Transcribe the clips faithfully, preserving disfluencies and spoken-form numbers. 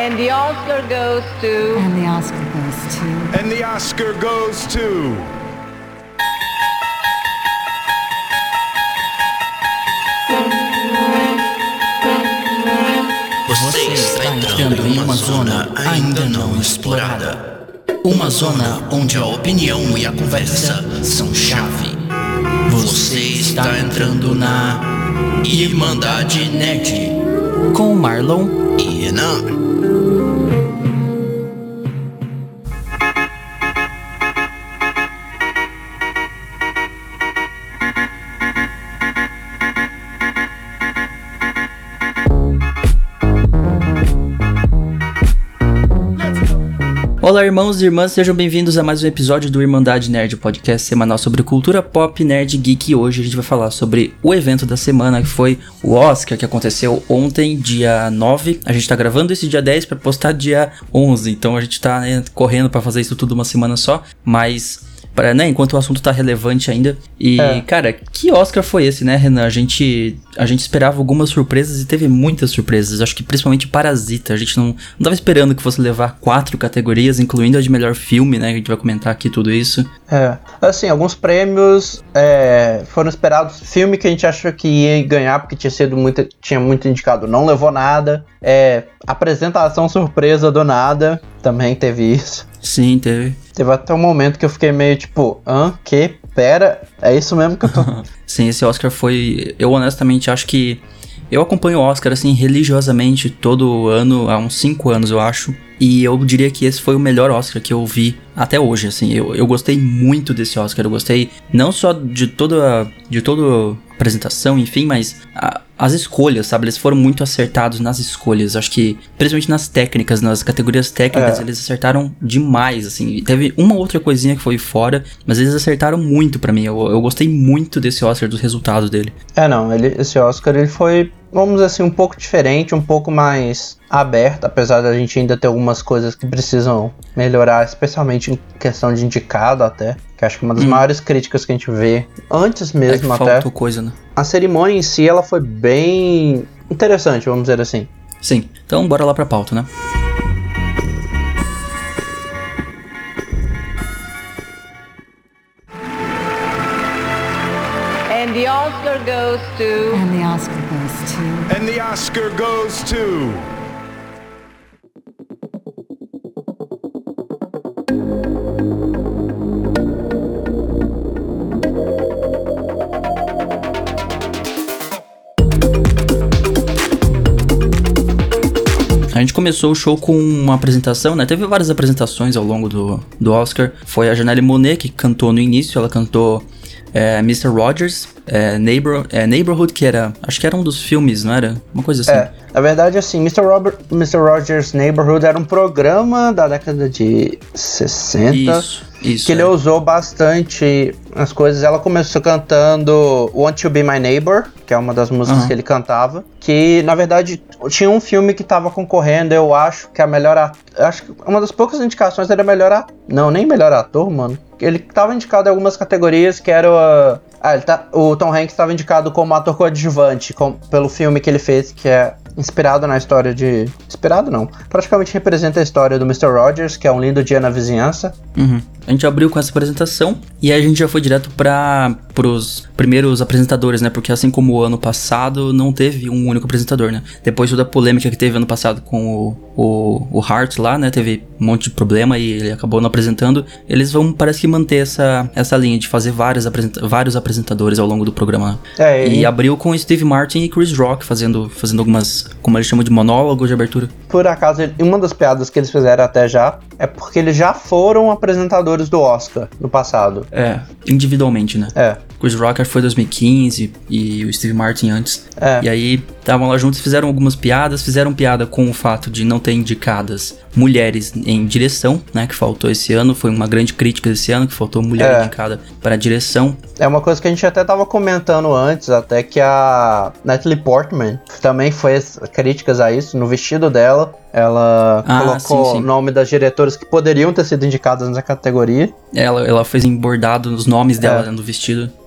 And the Oscar goes to... And the Oscar goes to... And the Oscar goes to... Você está entrando em uma zona ainda não explorada. Uma zona onde a opinião e a conversa são chave. Você está entrando na Irmandade Nerd com Marlon e Renan. Olá, irmãos e irmãs, sejam bem-vindos a mais um episódio do Irmandade Nerd, podcast semanal sobre cultura pop, nerd, geek. E hoje a gente vai falar sobre o evento da semana, que foi o Oscar, que aconteceu ontem, dia nove. A gente tá gravando esse dia dez pra postar dia onze, então a gente tá, né, correndo pra fazer isso tudo uma semana só, mas... Pra, né, enquanto o assunto tá relevante ainda. E, é. cara, que Oscar foi esse, né, Renan? A gente, a gente esperava algumas surpresas e teve muitas surpresas. Acho que principalmente Parasita. A gente não, não tava esperando que fosse levar quatro categorias, incluindo a de melhor filme, né? Que a gente vai comentar aqui tudo isso. É, assim, alguns prêmios é, foram esperados. Filme que a gente achou que ia ganhar, porque tinha sido muito, tinha muito indicado, não levou nada. É, apresentação surpresa do nada, também teve isso. Sim, teve. Teve até um momento que eu fiquei meio tipo, hã? Que? Pera, é isso mesmo que eu tô... Sim, esse Oscar foi... Eu honestamente acho que... Eu acompanho o Oscar, assim, religiosamente todo ano, há uns cinco anos, eu acho. E eu diria que esse foi o melhor Oscar que eu vi até hoje, assim. Eu, eu gostei muito desse Oscar. Eu gostei não só de toda, de toda a apresentação, enfim, mas a, as escolhas, sabe? Eles foram muito acertados nas escolhas. Acho que, principalmente nas técnicas, nas categorias técnicas, é. eles acertaram demais, assim. Teve uma outra coisinha que foi fora, mas eles acertaram muito pra mim. Eu, eu gostei muito desse Oscar, dos resultados dele. É, não. Ele, esse Oscar, ele foi... vamos dizer assim, um pouco diferente, um pouco mais aberto, apesar da gente ainda ter algumas coisas que precisam melhorar, especialmente em questão de indicado até, que acho que uma das hum. maiores críticas que a gente vê, antes mesmo é que até. Faltou coisa, né? A cerimônia em si, ela foi bem interessante, vamos dizer assim. Sim, então bora lá pra pauta, né? And the Oscar goes to... And the Oscar goes to... And the Oscar goes to... A gente começou o show com uma apresentação, né? Teve várias apresentações ao longo do, do Oscar. Foi a Janelle Monáe que cantou no início, ela cantou é, mister Rogers, é, Neighbor, é, Neighborhood, que era, acho que era um dos filmes, não era? Uma coisa assim. É, na verdade, assim, mister Robert, mister Rogers' Neighborhood era um programa da década de sessenta. Isso, isso. Que é. Ele usou bastante as coisas. Ela começou cantando Want to Be My Neighbor, que é uma das músicas uhum. que ele cantava. Que, na verdade, tinha um filme que tava concorrendo, eu acho que a melhor ator... Acho que uma das poucas indicações era melhor ator. Não, nem melhor ator, mano. Ele tava indicado em algumas categorias, que era... Uh... Ah, ele tá... o Tom Hanks estava indicado como ator coadjuvante com... pelo filme que ele fez, que é inspirado na história de... Inspirado não. Praticamente representa a história do mister Rogers, que é Um Lindo Dia na Vizinhança. Uhum. A gente abriu com essa apresentação e aí a gente já foi direto para os primeiros apresentadores, né? Porque assim como o ano passado, não teve um único apresentador, né? Depois toda a polêmica que teve ano passado com o, o, o Hart lá, né? Teve um monte de problema e ele acabou não apresentando. Eles vão, parece que, manter essa, essa linha de fazer vários, apresenta- vários apresentadores ao longo do programa. É, e... e abriu com Steve Martin e Chris Rock fazendo, fazendo algumas, como eles chamam de monólogos de abertura. Por acaso, uma das piadas que eles fizeram até já é porque eles já foram apresentadores do Oscar no passado. É, individualmente, né? É. Chris Rock foi em dois mil e quinze e o Steve Martin antes. É. E aí estavam lá juntos, fizeram algumas piadas, fizeram piada com o fato de não ter indicadas mulheres em direção, né? Que faltou esse ano, foi uma grande crítica desse ano, que faltou mulher é. indicada para a direção. É uma coisa que a gente até tava comentando antes, até que a Natalie Portman também fez críticas a isso, no vestido dela. Ela ah, colocou o nome das diretoras que poderiam ter sido indicadas nessa categoria. Ela, ela fez em bordado os nomes dela é. no vestido.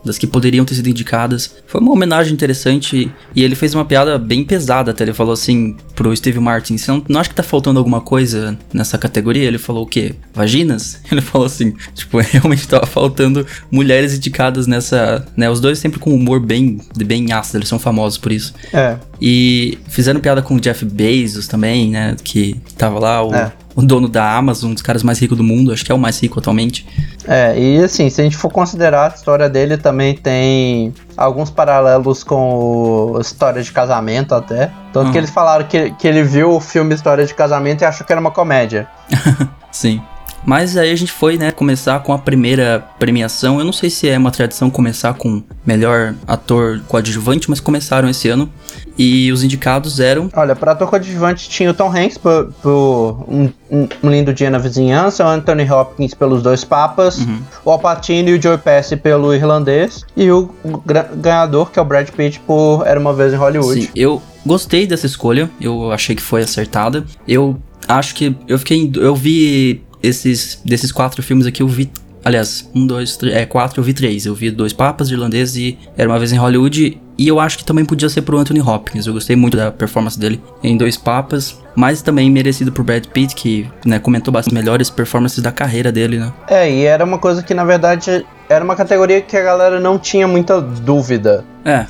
das que poderiam ter sido indicadas. Foi uma homenagem interessante e ele fez uma piada bem pesada até. Ele falou assim pro Steve Martin: você não, não acha que tá faltando alguma coisa nessa categoria? Ele falou o quê? Vaginas? Ele falou assim, tipo, realmente tava faltando mulheres indicadas nessa, né? Os dois sempre com humor bem, bem ácido, eles são famosos por isso. É. E fizeram piada com o Jeff Bezos também, né? Que tava lá, o, É. o dono da Amazon, um dos caras mais ricos do mundo, acho que é o mais rico atualmente. É, e assim, se a gente for considerar, a história dele também tem alguns paralelos com o História de Casamento até. Tanto Uhum. que eles falaram que, que ele viu o filme História de Casamento e achou que era uma comédia. Sim. Mas aí a gente foi, né, começar com a primeira premiação. Eu não sei se é uma tradição começar com melhor ator coadjuvante, mas começaram esse ano. E os indicados eram... Olha, para ator coadjuvante tinha o Tom Hanks por, por um, um, um Lindo Dia na Vizinhança, o Anthony Hopkins pelos Dois Papas, Uhum. o Al Pacino e o Joe Pesci pelo Irlandês, e o gra- ganhador, que é o Brad Pitt, por Era Uma Vez em Hollywood. Sim, eu gostei dessa escolha. Eu achei que foi acertada. Eu acho que... Eu fiquei... em- Eu vi... Esses, desses quatro filmes aqui eu vi, aliás, um, dois, três, é, quatro eu vi três. Eu vi Dois Papas, Irlandês e Era Uma Vez em Hollywood. E eu acho que também podia ser pro Anthony Hopkins. Eu gostei muito da performance dele em Dois Papas. Mas também merecido pro Brad Pitt, que, né, comentou bastante melhores performances da carreira dele, né? É, e era uma coisa que, na verdade, era uma categoria que a galera não tinha muita dúvida. É,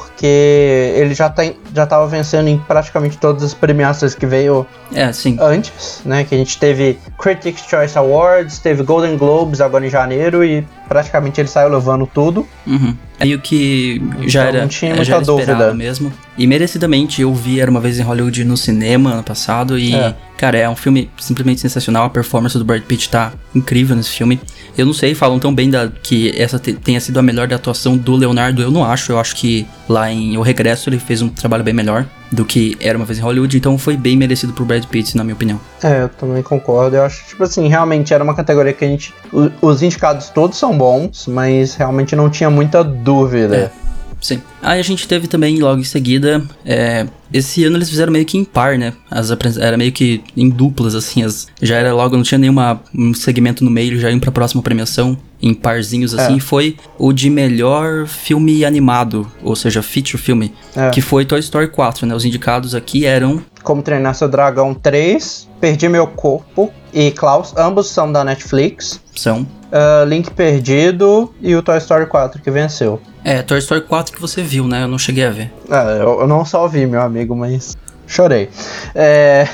Porque ele já, tá, em- já tava vencendo em praticamente todas as premiações que veio é, sim. antes, né? Que a gente teve Critics' Choice Awards, teve Golden Globes agora em janeiro e praticamente ele saiu levando tudo. Uhum. Aí o que já Então, era, não tinha é, já muita era esperado dúvida. mesmo. E merecidamente eu vi Era Uma Vez em Hollywood no cinema ano passado. E, É. cara, é um filme simplesmente sensacional. A performance do Brad Pitt tá incrível nesse filme. Eu não sei, falam tão bem da, que essa te- tenha sido a melhor da atuação do Leonardo. Eu não acho. Eu acho que lá em O Regresso ele fez um trabalho bem melhor do que Era Uma Vez em Hollywood. Então foi bem merecido pro Brad Pitt, na minha opinião. É, eu também concordo. Eu acho, tipo assim, realmente era uma categoria que a gente... o- Os indicados todos são bons, mas realmente não tinha muita dúvida. É. Sim. Aí a gente teve também, logo em seguida, é, esse ano eles fizeram meio que em par, né? As apres- era meio que em duplas, assim, as, já era logo, não tinha nenhuma um segmento no meio, já iam pra próxima premiação, em parzinhos, assim. É. Foi o de melhor filme animado, ou seja, feature filme, É. que foi Toy Story quatro, né? Os indicados aqui eram... Como Treinar Seu Dragão três, Perdi Meu Corpo e Klaus, ambos são da Netflix. São... Uh, Link Perdido e o Toy Story quatro, que venceu. É, Toy Story quatro que você viu, né? Eu não cheguei a ver. Ah, eu, eu não só ouvi, meu amigo, mas chorei. É...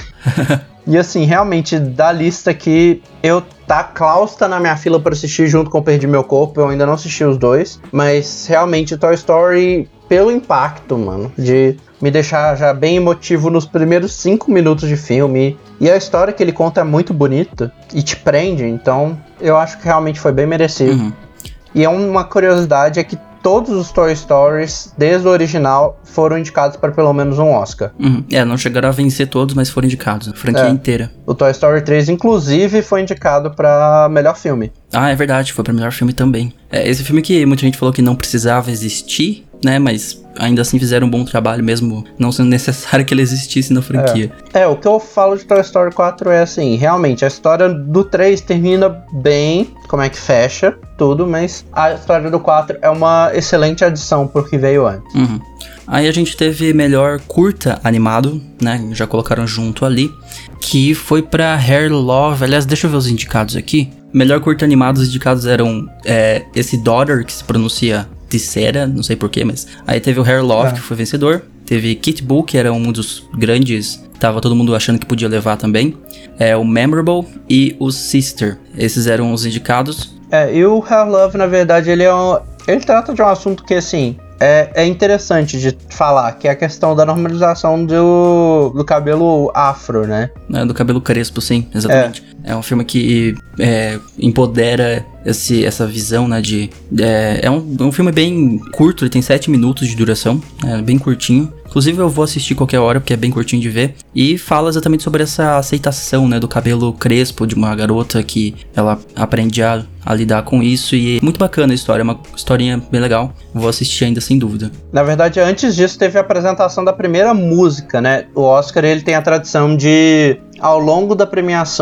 E assim, realmente, da lista aqui, eu tá, Klaus tá na minha fila pra assistir junto com Perdi Meu Corpo, eu ainda não assisti os dois, mas realmente Toy Story, pelo impacto, mano, de me deixar já bem emotivo nos primeiros cinco minutos de filme, e a história que ele conta é muito bonita e te prende, então eu acho que realmente foi bem merecido. Uhum. E é uma curiosidade, é que todos os Toy Stories, desde o original, foram indicados para pelo menos um Oscar. Uhum. É, não chegaram a vencer todos, mas foram indicados, a franquia É. inteira. O Toy Story três, inclusive, foi indicado para melhor filme. Ah, é verdade, foi pra melhor filme também. É, esse filme que muita gente falou que não precisava existir, né, mas ainda assim fizeram um bom trabalho, mesmo não sendo necessário que ele existisse na franquia. É, o que eu falo de Toy Story quatro é assim, realmente, a história do três termina bem, como é que fecha, tudo, mas a história do quatro é uma excelente adição pro que veio antes. Uhum. Aí a gente teve melhor curta animado, né, já colocaram junto ali, que foi pra Hair Love. Aliás, deixa eu ver os indicados aqui. Melhor curta animado, os indicados eram é, esse Daughter, que se pronuncia Tissera, não sei porquê, mas... Aí teve o Hair Love, É. que foi vencedor. Teve Kit Bull, que era um dos grandes... Tava todo mundo achando que podia levar também. É, o Memorable e o Sister. Esses eram os indicados. É, e o Hair Love, na verdade, ele é um, ele trata de um assunto que, assim, é, é interessante de falar, que é a questão da normalização do, do cabelo afro, né? Né, do cabelo crespo, sim, exatamente. É, um filme que é, empodera esse, essa visão, né, de... É, é um, um filme bem curto, ele tem sete minutos de duração, é bem curtinho. Inclusive eu vou assistir qualquer hora, porque é bem curtinho de ver. E fala exatamente sobre essa aceitação, né, do cabelo crespo de uma garota que ela aprende a, a lidar com isso. E é muito bacana a história, é uma historinha bem legal. Vou assistir ainda, sem dúvida. Na verdade, antes disso, teve a apresentação da primeira música, né? O Oscar, ele tem a tradição de, ao longo da premiação,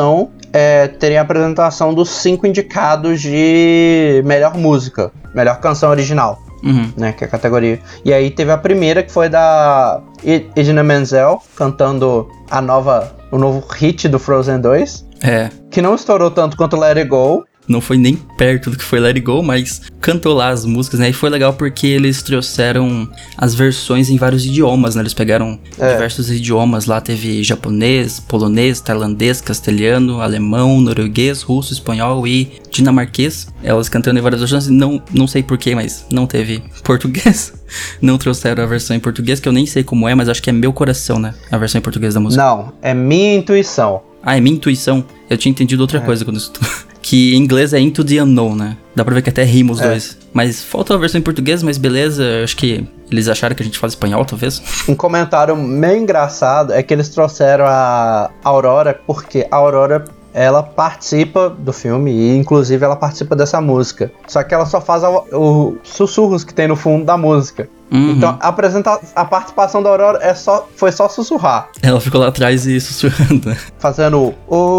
é, teria a apresentação dos cinco indicados de melhor música, melhor canção original. Uhum. Né, que é a categoria. E aí teve a primeira, que foi da Idina Menzel, cantando a nova, o novo hit do Frozen dois. É. Que não estourou tanto quanto Let It Go. Não foi nem perto do que foi Let It Go, mas cantou lá as músicas, né? E foi legal porque eles trouxeram as versões em vários idiomas, né? Eles pegaram É. diversos idiomas. Lá teve japonês, polonês, tailandês, castelhano, alemão, norueguês, russo, espanhol e dinamarquês. Elas cantando em várias versões. Não, não sei porquê, mas não teve português. Não trouxeram a versão em português, que eu nem sei como é, mas acho que é Meu Coração, né? A versão em português da música. Não, é Minha Intuição. Ah, é Minha Intuição. Eu tinha entendido outra É. coisa quando eu estou... Que em inglês é Into the Unknown, né? Dá pra ver que até rima os É. dois. Mas falta a versão em português, mas beleza. Acho que eles acharam que a gente fala espanhol, talvez. Um comentário meio engraçado é que eles trouxeram a Aurora, porque a Aurora, ela participa do filme e inclusive ela participa dessa música. Só que ela só faz os sussurros que tem no fundo da música. Uhum. Então a, apresenta- a participação da Aurora é só, foi só sussurrar. Ela ficou lá atrás e sussurrando, né? Fazendo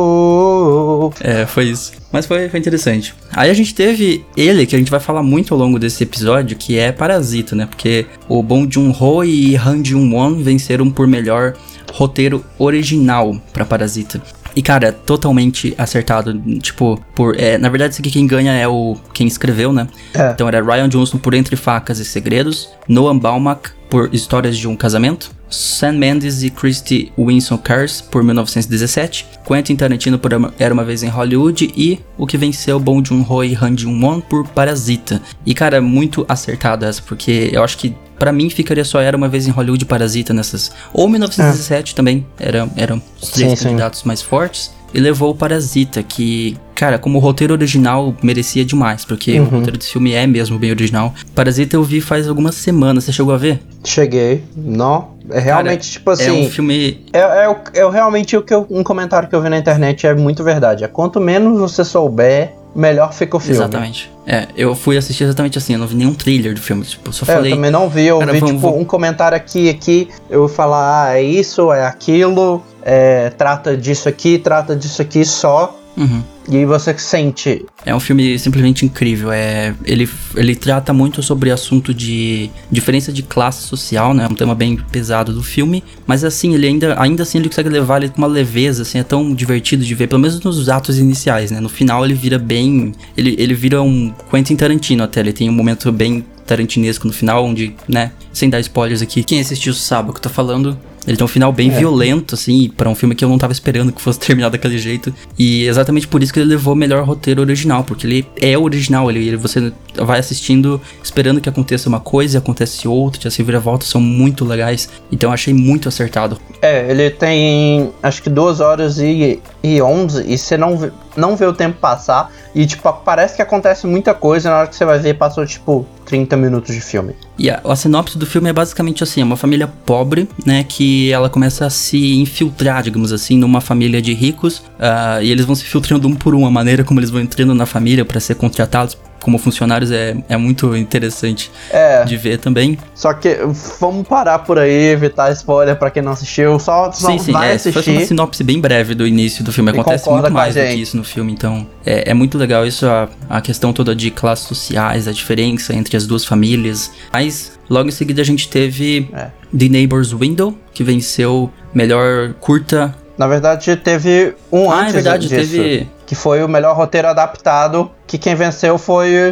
o... É, foi isso. Mas foi, foi interessante. Aí a gente teve ele, que a gente vai falar muito ao longo desse episódio, que é Parasita, né? Porque o Bong Joon-ho e Han Jung-won venceram por melhor roteiro original pra Parasita. E, cara, totalmente acertado. Tipo, por. É, na verdade, isso aqui quem ganha é o. Quem escreveu, né? É. Então era Ryan Johnson por Entre Facas e Segredos, Noah Baumbach por Histórias de um Casamento, Sam Mendes e Christy Winston Kers por mil novecentos e dezessete, Quentin Tarantino por Era Uma Vez em Hollywood e o que venceu Bong Joon-ho e Han Jung-won por Parasita. E, cara, muito acertado essa, porque eu acho que pra mim ficaria só Era Uma Vez em Hollywood e Parasita nessas. Ou mil novecentos e dezessete é. também, eram, eram os três Sim, candidatos sim. mais fortes. E levou o Parasita, que, cara, como roteiro original, merecia demais, porque Uhum. o roteiro desse filme é mesmo bem original. Parasita eu vi faz algumas semanas, você chegou a ver? Cheguei. Não. É realmente, Cara, tipo assim... É um filme... É, é, o- é o- realmente o que eu- um comentário que eu vi na internet é muito verdade. É quanto menos você souber, melhor fica o filme. Exatamente. É, eu fui assistir exatamente assim, eu não vi nenhum trailer do filme, tipo, só É, falei... eu também não vi, eu cara, vi vamos- tipo vamos- um comentário aqui aqui, eu vou falar, ah, é isso, é aquilo, é, trata disso aqui, trata disso aqui só, Uhum. e aí você sente. É um filme simplesmente incrível. É, ele, ele trata muito sobre assunto de diferença de classe social, né? Um tema bem pesado do filme. Mas assim, ele ainda, ainda assim ele consegue levar ele com uma leveza, assim, é tão divertido de ver, pelo menos nos atos iniciais, né? No final ele vira bem. Ele, ele vira um Quentin Tarantino até. Ele tem um momento bem tarantinesco no final, onde, né? Sem dar spoilers aqui. Quem assistiu sabe o que eu tô falando. Ele tem um final bem É. violento, assim, pra um filme que eu não tava esperando que fosse terminar daquele jeito. E exatamente por isso que ele levou o melhor roteiro original, porque ele é original, ele, ele você vai assistindo esperando que aconteça uma coisa e acontece outra, as reviravoltas são muito legais. Então eu achei muito acertado. É, ele tem acho que duas horas e, e onze, e você não vê, não vê o tempo passar, e tipo, parece que acontece muita coisa, e na hora que você vai ver, passou tipo trinta minutos de filme. E a, a sinopse do filme é basicamente assim, é uma família pobre, né, que ela começa a se infiltrar, digamos assim, numa família de ricos, uh, e eles vão se filtrando um por um, a maneira como eles vão entrando na família para ser contratados como funcionários é, é muito interessante É. de ver também. Só que vamos parar por aí, evitar spoiler pra quem não assistiu, só, só Sim, sim, vai é, foi assistir. uma sinopse bem breve do início do filme, E acontece concorda muito com a mais do que gente. isso no filme, então é, é muito legal isso, a, a questão toda de classes sociais, a diferença entre as duas famílias, mas logo em seguida a gente teve É. The Neighbor's Window, que venceu melhor curta. Na verdade, teve um Ah, é antes verdade, disso, teve- que foi o melhor roteiro adaptado, que quem venceu foi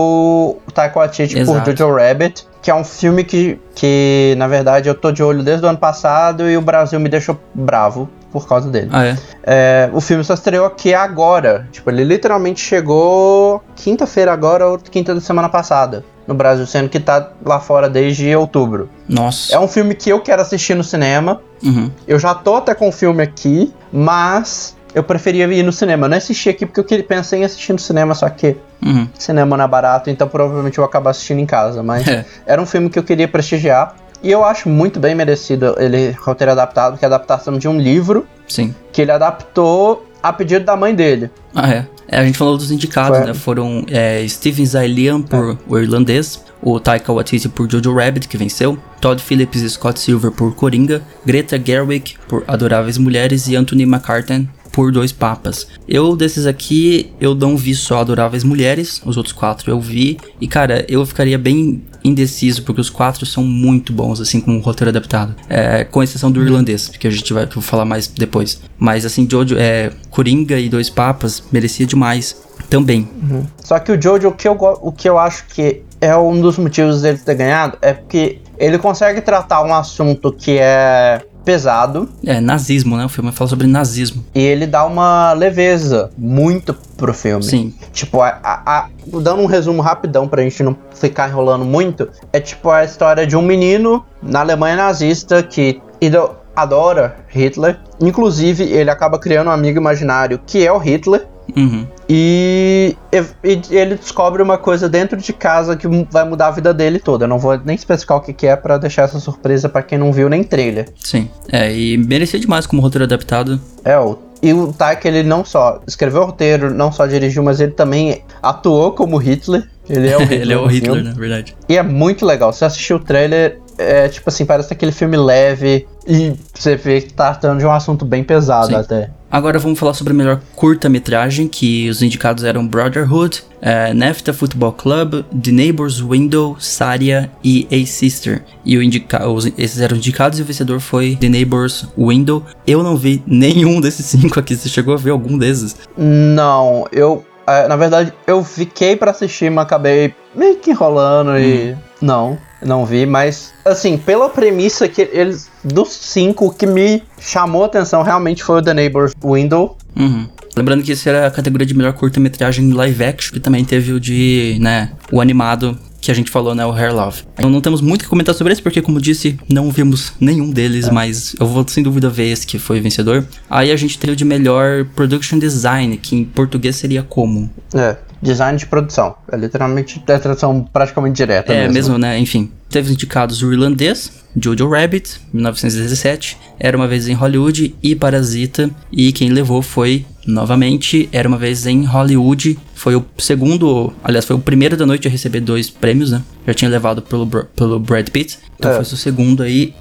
o Taika Waititi por Exato. Jojo Rabbit, que é um filme que, que, na verdade, eu tô de olho desde o ano passado e o Brasil me deixou bravo por causa dele. Ah, é? É, o filme só estreou aqui agora, tipo, ele literalmente chegou quinta-feira agora ou quinta da semana passada no Brasil, sendo que tá lá fora desde outubro. Nossa. É um filme que eu quero assistir no cinema. Uhum. Eu já tô até com o filme aqui, mas eu preferia ir no cinema. Eu não assisti aqui porque eu queria- pensei em assistir no cinema, só que Uhum. cinema não é barato, então provavelmente eu vou acabar assistindo em casa. Mas É. era um filme que eu queria prestigiar. E eu acho muito bem merecido ele roteiro adaptado, que é a adaptação de um livro Sim. que ele adaptou a pedido da mãe dele. Ah, é. É, a gente falou dos indicados, Foi. né? Foram é, Steven Zaillian por O Irlandês, o Taika Waititi por Jojo Rabbit, que venceu, Todd Phillips e Scott Silver por Coringa, Greta Gerwig por Adoráveis Mulheres e Anthony McCartan por Dois Papas. Eu, desses aqui, eu não vi só Adoráveis Mulheres, os outros quatro eu vi. E, cara, eu ficaria bem indeciso, porque os quatro são muito bons, assim, com o roteiro adaptado. É, com exceção do irlandês, que a gente vai que eu vou falar mais depois. Mas, assim, Jojo, é, Coringa e Dois Papas merecia demais também. Uhum. Só que o Jojo, o que, eu, o que eu acho que é um dos motivos dele ter ganhado, é porque ele consegue tratar um assunto que é pesado. É, nazismo, né? O filme fala sobre nazismo. E ele dá uma leveza muito pro filme. Sim. Tipo, a, a, a, dando um resumo rapidão pra gente não ficar enrolando muito, é tipo a história de um menino na Alemanha nazista que ido, adora Hitler. Inclusive, ele acaba criando um amigo imaginário que é o Hitler. Uhum. E, e ele descobre uma coisa dentro de casa que vai mudar a vida dele toda. Eu não vou nem especificar o que, que é pra deixar essa surpresa pra quem não viu nem trailer. Sim, é, e merecia demais como roteiro adaptado. É, o, e o Taika, ele não só escreveu o roteiro, não só dirigiu, mas ele também atuou como Hitler. Ele é o Hitler. Ele é o Hitler, na verdade. E é muito legal. Se você assistir o trailer, é tipo assim, parece aquele filme leve e você vê que tá tratando de um assunto bem pesado. Sim. Até. Agora vamos falar sobre a melhor curta-metragem, que os indicados eram Brotherhood, uh, NAFTA Football Club, The Neighbor's Window, Saria e A Sister. E o indica- os, esses eram indicados e o vencedor foi The Neighbor's Window. Eu não vi nenhum desses cinco aqui. Você chegou a ver algum desses? Não, eu... Uh, na verdade, eu fiquei pra assistir, mas acabei meio que enrolando hum. e... Não, não vi, mas... Assim, pela premissa que eles... Dos cinco, o que me chamou a atenção realmente foi o The Neighbor's Window. Uhum. Lembrando que isso era a categoria de melhor curta-metragem live action, que também teve o de, né, o animado que a gente falou, né, o Hair Love. Então não temos muito o que comentar sobre esse, porque como disse, não vimos nenhum deles, é. Mas eu vou sem dúvida ver esse que foi vencedor. Aí a gente teve o de melhor production design, que em português seria como? É, design de produção. É literalmente é tradução praticamente direta. É, mesmo, mesmo né, enfim. Teve os indicados o irlandês, Jojo Rabbit, mil novecentos e dezessete, Era Uma Vez em Hollywood e Parasita. E quem levou foi, novamente, Era Uma Vez em Hollywood. Foi o segundo, aliás, foi o primeiro da noite a receber dois prêmios, né? Já tinha levado pelo, pelo Brad Pitt. Então é. Foi o segundo aí.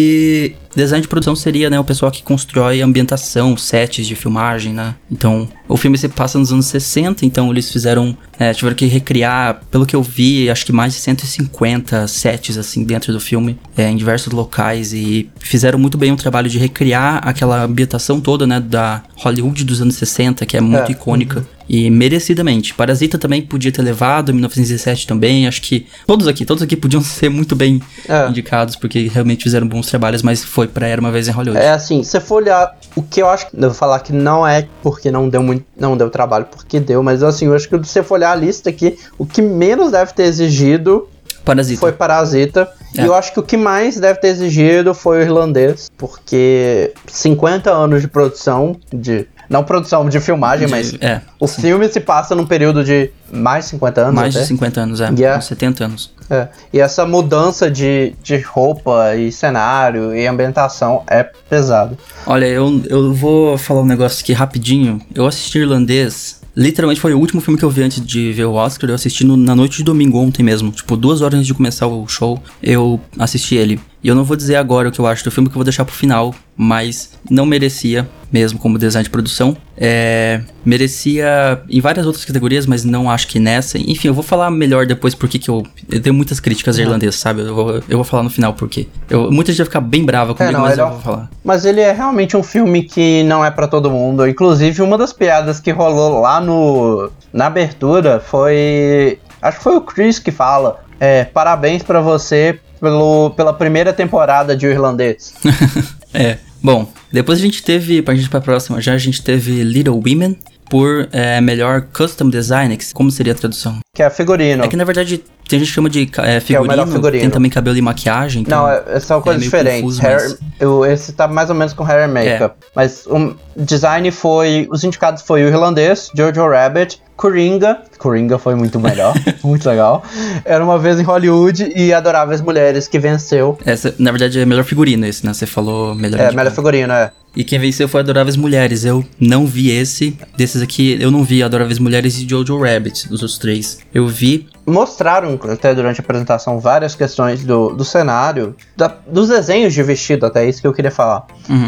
E design de produção seria, né, o pessoal que constrói ambientação, sets de filmagem, né? Então, o filme se passa nos anos sessenta, então eles fizeram, é, tiveram que recriar, pelo que eu vi, acho que mais de cento e cinquenta sets, assim, dentro do filme, é, em diversos locais, e fizeram muito bem o trabalho de recriar aquela ambientação toda, né, da Hollywood dos anos sessenta, que é muito é. icônica. Uhum. E merecidamente. Parasita também podia ter levado, mil novecentos e dezessete também. Acho que todos aqui, todos aqui podiam ser muito bem é. indicados, porque realmente fizeram bons trabalhos, mas foi pra Era Uma Vez em Hollywood. É assim, se você for olhar, o que eu acho, eu vou falar que não é porque não deu muito, não deu trabalho, porque deu, mas assim, eu acho que se você for olhar a lista aqui, o que menos deve ter exigido Parasita. foi Parasita. É. E eu acho que o que mais deve ter exigido foi o irlandês, porque cinquenta anos de produção, de... Não produção de filmagem, de, mas é, o sim. filme se passa num período de mais de cinquenta anos. Mais até. de cinquenta anos, é. Yeah. Uns setenta anos. É. E essa mudança de, de roupa e cenário e ambientação é pesado. Olha, eu, eu vou falar um negócio aqui rapidinho. Eu assisti Irlandês... Literalmente foi o último filme que eu vi antes de ver o Oscar. Eu assisti no, na noite de domingo, ontem mesmo. Tipo, duas horas antes de começar o show, eu assisti ele. E eu não vou dizer agora o que eu acho do filme, que eu vou deixar pro final. Mas não merecia mesmo como design de produção. É, merecia em várias outras categorias, mas não acho que nessa. Enfim, eu vou falar melhor depois porque que eu... Eu tenho muitas críticas irlandesas, sabe? Eu vou, eu vou falar no final porque. Eu, muita gente vai ficar bem brava comigo, é, não, mas eu vou falar. Mas ele é realmente um filme que não é pra todo mundo. Inclusive, uma das piadas que rolou lá no... Na abertura foi... Acho que foi o Chris que fala. É, parabéns pra você pelo, pela primeira temporada de O Irlandês. É, bom, depois a gente teve, pra gente ir pra próxima já, a gente teve Little Women por é, melhor Custom Design, como seria a tradução? Que é figurino. É que na verdade tem gente que chama de é, figurino, é figurino, tem também cabelo e maquiagem. Então não, é, são coisas é diferentes. Confuso, hair, mas... eu, esse tá mais ou menos com hair and makeup. É. Mas o design foi, os indicados foi o Irlandês, Jojo Rabbit, Coringa, Coringa foi muito melhor, muito legal. Era Uma Vez em Hollywood e Adoráveis Mulheres, que venceu. Essa, na verdade, é melhor figurino esse, né? Você falou melhor. É, indicado. Melhor figurino, é. E quem venceu foi Adoráveis Mulheres. Eu não vi esse. Desses aqui, eu não vi Adoráveis Mulheres e Jojo Rabbit, dos outros três. Eu vi mostraram até durante a apresentação várias questões do, do cenário, da, dos desenhos de vestido, até isso que eu queria falar. Uhum.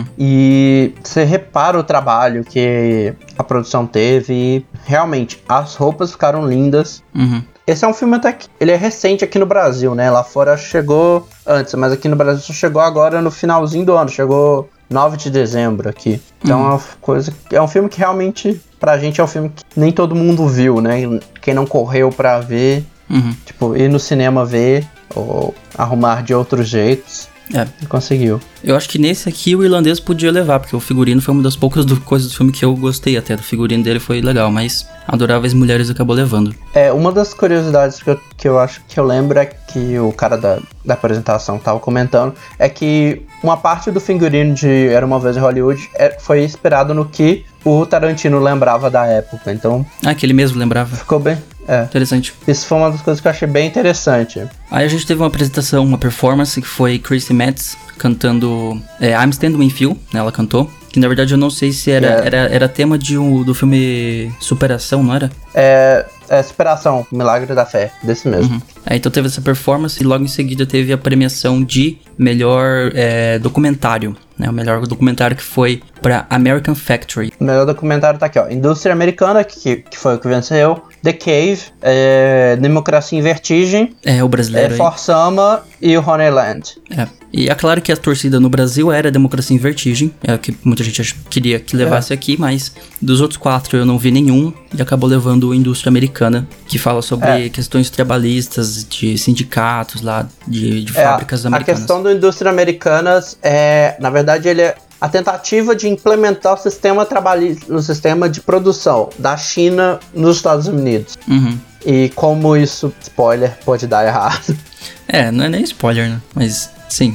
E você repara o trabalho que a produção teve e realmente as roupas ficaram lindas. Uhum. Esse é um filme até que ele é recente aqui no Brasil, né? Lá fora chegou antes, mas aqui no Brasil só chegou agora no finalzinho do ano, chegou nove de dezembro aqui. Então Uhum. é uma coisa, é um filme que realmente pra gente é um filme que nem todo mundo viu, né? Quem não correu pra ver, Uhum. tipo, ir no cinema ver ou arrumar de outros jeitos. É. Conseguiu. Eu acho que nesse aqui o irlandês podia levar, porque o figurino foi uma das poucas do, coisas do filme que eu gostei até. Do figurino dele foi legal, mas Adoráveis Mulheres acabou levando. É, uma das curiosidades que eu, que eu acho que eu lembro é que o cara da, da apresentação tava comentando, é que uma parte do figurino de Era Uma Vez em Hollywood é, foi inspirado no que o Tarantino lembrava da época, então Ah, que ele mesmo lembrava. ficou bem... É, Interessante. isso foi uma das coisas que eu achei bem interessante. Aí a gente teve uma apresentação, uma performance, que foi Chrissy Metz cantando é, I'm Stand With You, né, ela cantou. Que na verdade eu não sei se era, É. era, era tema de um, do filme Superação, não era? É, é Superação, Milagre da Fé, desse mesmo. Uhum. Aí, então teve essa performance e logo em seguida teve a premiação de melhor é, documentário, né? O melhor documentário que foi pra American Factory. O melhor documentário tá aqui, ó. Indústria Americana, que, que foi o que venceu. The Cave, é, Democracia em Vertigem, É, o é, brasileiro aí. For Summer e o Honeyland. É. E é claro que a torcida no Brasil era Democracia em Vertigem, é o que muita gente ach- queria que levasse aqui, mas dos outros quatro eu não vi nenhum e acabou levando a Indústria Americana, que fala sobre É. questões trabalhistas, de sindicatos lá, de, de É, fábricas a americanas. questão do Indústria Americanas é, na verdade, ele é a tentativa de implementar o sistema trabalhista, o sistema de produção da China nos Estados Unidos. Uhum. E como isso, spoiler, pode dar errado. É, não é nem spoiler, né? Mas sim.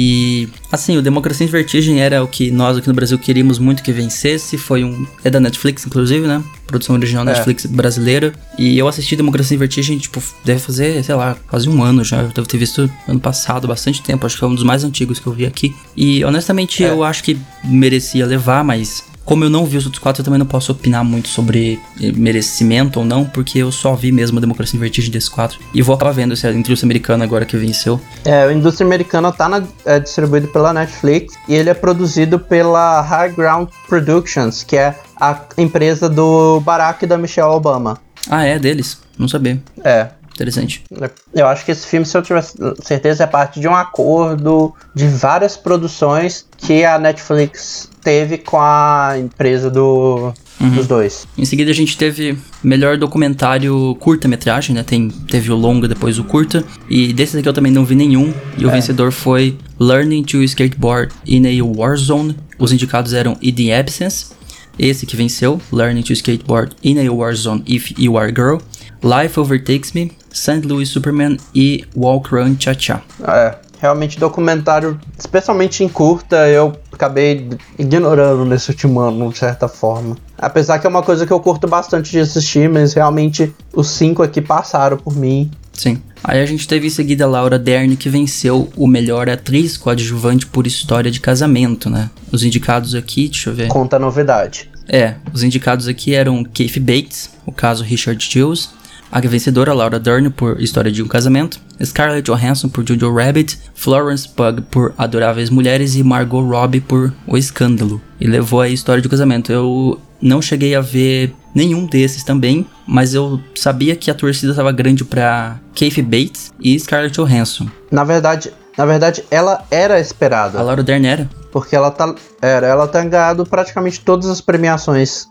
E assim, o Democracia em Vertigem era o que nós aqui no Brasil queríamos muito que vencesse. Foi um. É da Netflix, inclusive, né? Produção original É. Netflix brasileira. E eu assisti Democracia em Vertigem, tipo, deve fazer, sei lá, quase um ano já. Eu devo ter visto ano passado, bastante tempo. Acho que é um dos mais antigos que eu vi aqui. E honestamente, É. eu acho que merecia levar, mas. Como eu não vi os outros quatro, eu também não posso opinar muito sobre eh, merecimento ou não, porque eu só vi mesmo a Democracia em Vertigem desses quatro. E vou acabar vendo se é a Indústria Americana agora que venceu. É, a Indústria Americana tá na, é distribuído pela Netflix e ele é produzido pela High Ground Productions, que é a empresa do Barack e da Michelle Obama. Ah, é deles? Não sabia. É. Interessante. Eu acho que esse filme, se eu tiver certeza, é parte de um acordo de várias produções que a Netflix teve com a empresa do, Uhum. dos dois. Em seguida a gente teve melhor documentário curta-metragem, né? Tem, teve o longa, depois o curta. E desses aqui eu também não vi nenhum. E o É. vencedor foi Learning to Skateboard in a Warzone. Os indicados eram In the Absence. Esse que venceu, Learning to Skateboard in a Warzone If You Are Girl. Life Overtakes Me, Saint Louis Superman e Walk Run Cha Cha. É, realmente documentário, especialmente em curta, eu acabei ignorando nesse último ano, de certa forma. Apesar que é uma coisa que eu curto bastante de assistir, mas realmente os cinco aqui passaram por mim. Sim. Aí a gente teve em seguida a Laura Dern, que venceu o melhor atriz coadjuvante por história de casamento, né? Os indicados aqui, deixa eu ver. Conta a novidade. É, os indicados aqui eram Keith Bates, o caso Richard Jewell, a vencedora Laura Dern por História de um Casamento, Scarlett Johansson por Jojo Rabbit, Florence Pugh por Adoráveis Mulheres e Margot Robbie por O Escândalo. E levou a História de um Casamento. Eu não cheguei a ver nenhum desses também, mas eu sabia que a torcida estava grande para Keith Bates e Scarlett Johansson. Na verdade, na verdade, ela era esperada. A Laura Dern era? Porque ela tá, era, ela tá ganhado praticamente todas as premiações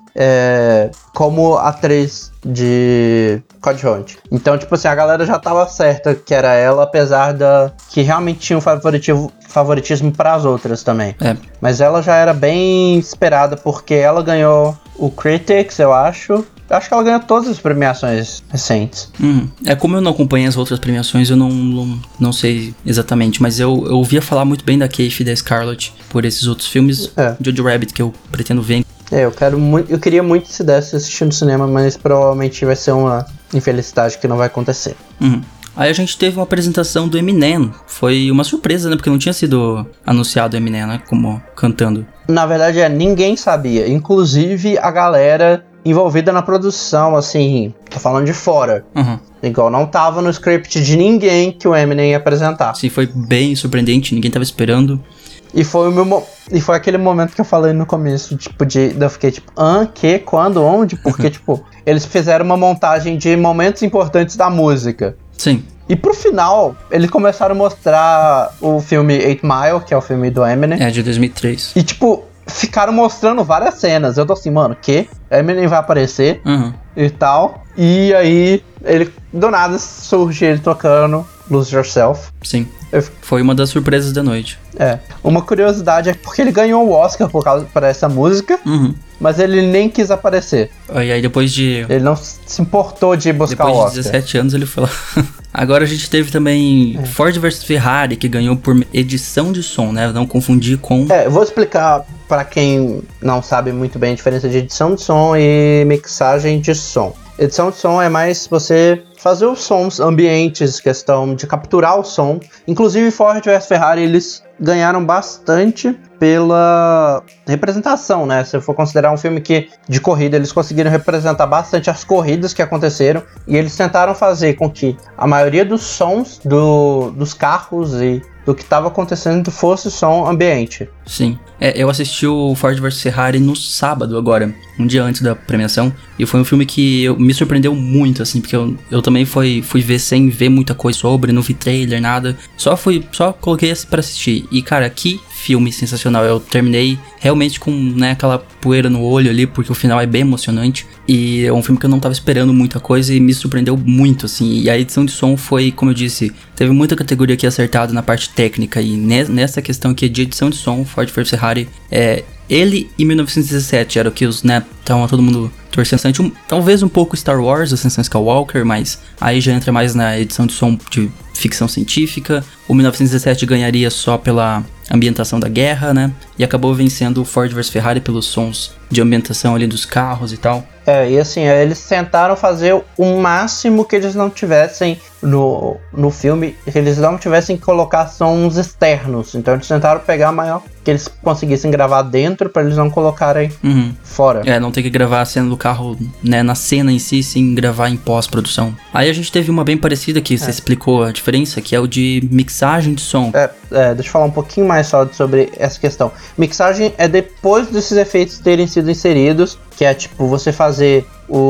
é, como atriz de coadjuvante. Então, tipo assim, a galera já tava certa que era ela, apesar da que realmente tinha um favoritismo, favoritismo para as outras também. É. Mas ela já era bem esperada porque ela ganhou o Critics, eu acho. Eu acho que ela ganhou todas as premiações recentes. Uhum. É, como eu não acompanhei as outras premiações, eu não, não, não sei exatamente, mas eu, eu ouvia falar muito bem da Keith e da Scarlett por esses outros filmes. É. Jojo Rabbit, que eu pretendo ver. É, eu quero muito, eu queria muito se desse assistir no cinema, mas provavelmente vai ser uma infelicidade que não vai acontecer. Uhum. Aí a gente teve uma apresentação do Eminem. Foi uma surpresa, né? Porque não tinha sido anunciado o Eminem, né? Como cantando. Na verdade, é, ninguém sabia, inclusive a galera envolvida na produção, assim, tô falando de fora. Uhum. Igual não tava no script de ninguém que o Eminem ia apresentar. Sim, foi bem surpreendente, ninguém tava esperando. E foi o meu mo- e foi aquele momento que eu falei no começo, tipo, de eu fiquei tipo, hã, que, quando, onde? Porque, tipo, eles fizeram uma montagem de momentos importantes da música. Sim. E pro final, eles começaram a mostrar o filme Eight Mile, que é o filme do Eminem. É, de dois mil e três. E, tipo, ficaram mostrando várias cenas. Eu tô assim, mano, que? Eminem vai aparecer Uhum. e tal. E aí, ele, do nada, surge ele tocando Lose Yourself. Sim. Eu- Foi uma das surpresas da noite. É, uma curiosidade é porque ele ganhou o Oscar por causa por essa música, Uhum. mas ele nem quis aparecer. E aí depois de... Ele não se importou de buscar Depois o de Oscar. dezessete anos ele foi lá. Agora a gente teve também É. Ford versus Ferrari, que ganhou por edição de som, né? Não confundir com... É, eu vou explicar pra quem não sabe muito bem a diferença de edição de som e mixagem de som. Edição de som é mais você fazer os sons ambientes, questão de capturar o som. Inclusive, Ford versus Ferrari, eles ganharam bastante pela representação, né? Se eu for considerar um filme que de corrida, eles conseguiram representar bastante as corridas que aconteceram e eles tentaram fazer com que a maioria dos sons do, dos carros e do que estava acontecendo fosse som ambiente. Sim. É, eu assisti o Ford versus Ferrari no sábado agora, um dia antes da premiação, e foi um filme que eu, me surpreendeu muito, assim, porque eu, eu também fui, fui ver sem ver muita coisa sobre, não vi trailer, nada, só fui, só coloquei pra assistir, e cara, que filme sensacional, eu terminei realmente com, né, aquela poeira no olho ali, porque o final é bem emocionante, e é um filme que eu não tava esperando muita coisa e me surpreendeu muito, assim, e a edição de som foi, como eu disse, teve muita categoria aqui acertada na parte técnica, e ne- nessa questão aqui de edição de som, Ford versus Ferrari, é, ele e mil novecentos e dezessete era o que os, né, estavam todo mundo torcendo bastante, um, talvez um pouco Star Wars, Ascensão Skywalker, mas aí já entra mais na edição de som de ficção científica. O mil novecentos e dezessete ganharia só pela ambientação da guerra, né, e acabou vencendo o Ford versus Ferrari pelos sons de ambientação ali dos carros e tal. É, e assim, eles tentaram fazer o máximo que eles não tivessem no, no filme, que eles não tivessem que colocar sons externos. Então eles tentaram pegar a maior que eles conseguissem gravar dentro pra eles não colocarem Uhum. fora. É, não ter que gravar a cena do carro, né, na cena em si, sim gravar em pós-produção. Aí a gente teve uma bem parecida que você explicou a diferença, que é o de mixagem de som. É, é, deixa eu falar um pouquinho mais só sobre essa questão. Mixagem é depois desses efeitos terem sido inseridos, que é tipo você fazer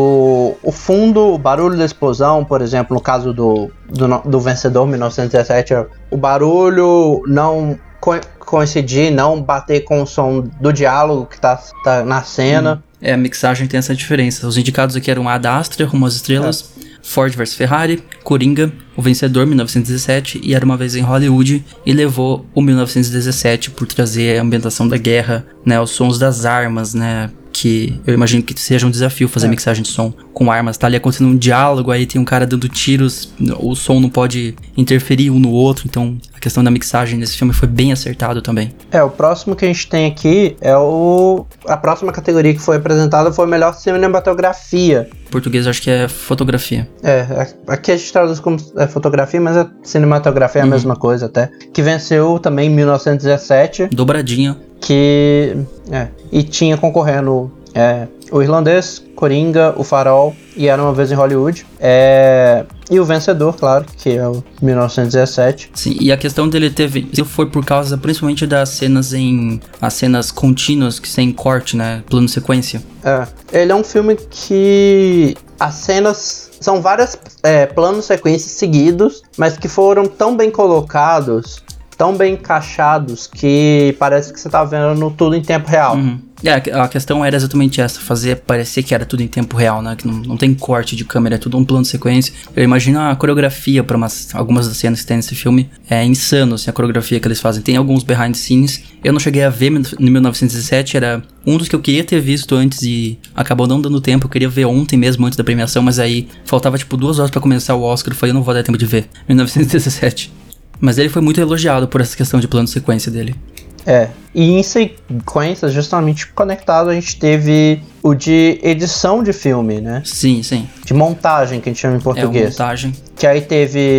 o, o fundo, o barulho da explosão, por exemplo, no caso do, do, do Vencedor mil novecentos e dezessete, o barulho não co- coincidir, não bater com o som do diálogo que tá, tá na cena. Hum. É, a mixagem tem essa diferença. Os indicados aqui eram Ad Astra, Rumo às Estrelas, é. Ford versus Ferrari, Coringa, O Vencedor, mil novecentos e dezessete, e Era Uma Vez em Hollywood, e levou o mil novecentos e dezessete por trazer a ambientação da guerra, né, os sons das armas, né, que eu imagino que seja um desafio fazer é. mixagem de som com armas. Tá ali acontecendo um diálogo, aí tem um cara dando tiros, o som não pode interferir um no outro, então a questão da mixagem nesse filme foi bem acertado também. É, o próximo que a gente tem aqui é o... A próxima categoria que foi apresentada foi melhor cinematografia. Em português eu acho que é fotografia. É, aqui a gente traduz como é, fotografia, mas a cinematografia é a uhum. mesma coisa até. Que venceu também em mil novecentos e dezessete. Dobradinha. Que... É, e tinha concorrendo é, o Irlandês, Coringa, o Farol e Era Uma Vez em Hollywood. É... E o vencedor, claro, que é o mil novecentos e dezessete. Sim, e a questão dele ter vencido foi por causa principalmente das cenas em... As cenas contínuas, que sem corte, né? Plano sequência. É, ele é um filme que... As cenas... São vários é, planos sequências seguidos, mas que foram tão bem colocados, tão bem encaixados, que parece que você tá vendo tudo em tempo real. Uhum. É, a questão era exatamente essa, fazer parecer que era tudo em tempo real, né? Que não, não tem corte de câmera, é tudo um plano de sequência. Eu imagino a coreografia para algumas das cenas que tem nesse filme. É insano, assim, a coreografia que eles fazem. Tem alguns behind the scenes. Eu não cheguei a ver em mil novecentos e dezessete, era um dos que eu queria ter visto antes e acabou não dando tempo. Eu queria ver ontem mesmo, antes da premiação, mas aí faltava tipo duas horas para começar o Oscar. Eu falei, eu não vou dar tempo de ver mil novecentos e dezessete. Mas ele foi muito elogiado por essa questão de plano de sequência dele. É, e em sequência, justamente conectado, a gente teve o de edição de filme, né? Sim, sim. De montagem, que a gente chama em português. É, montagem. Que aí teve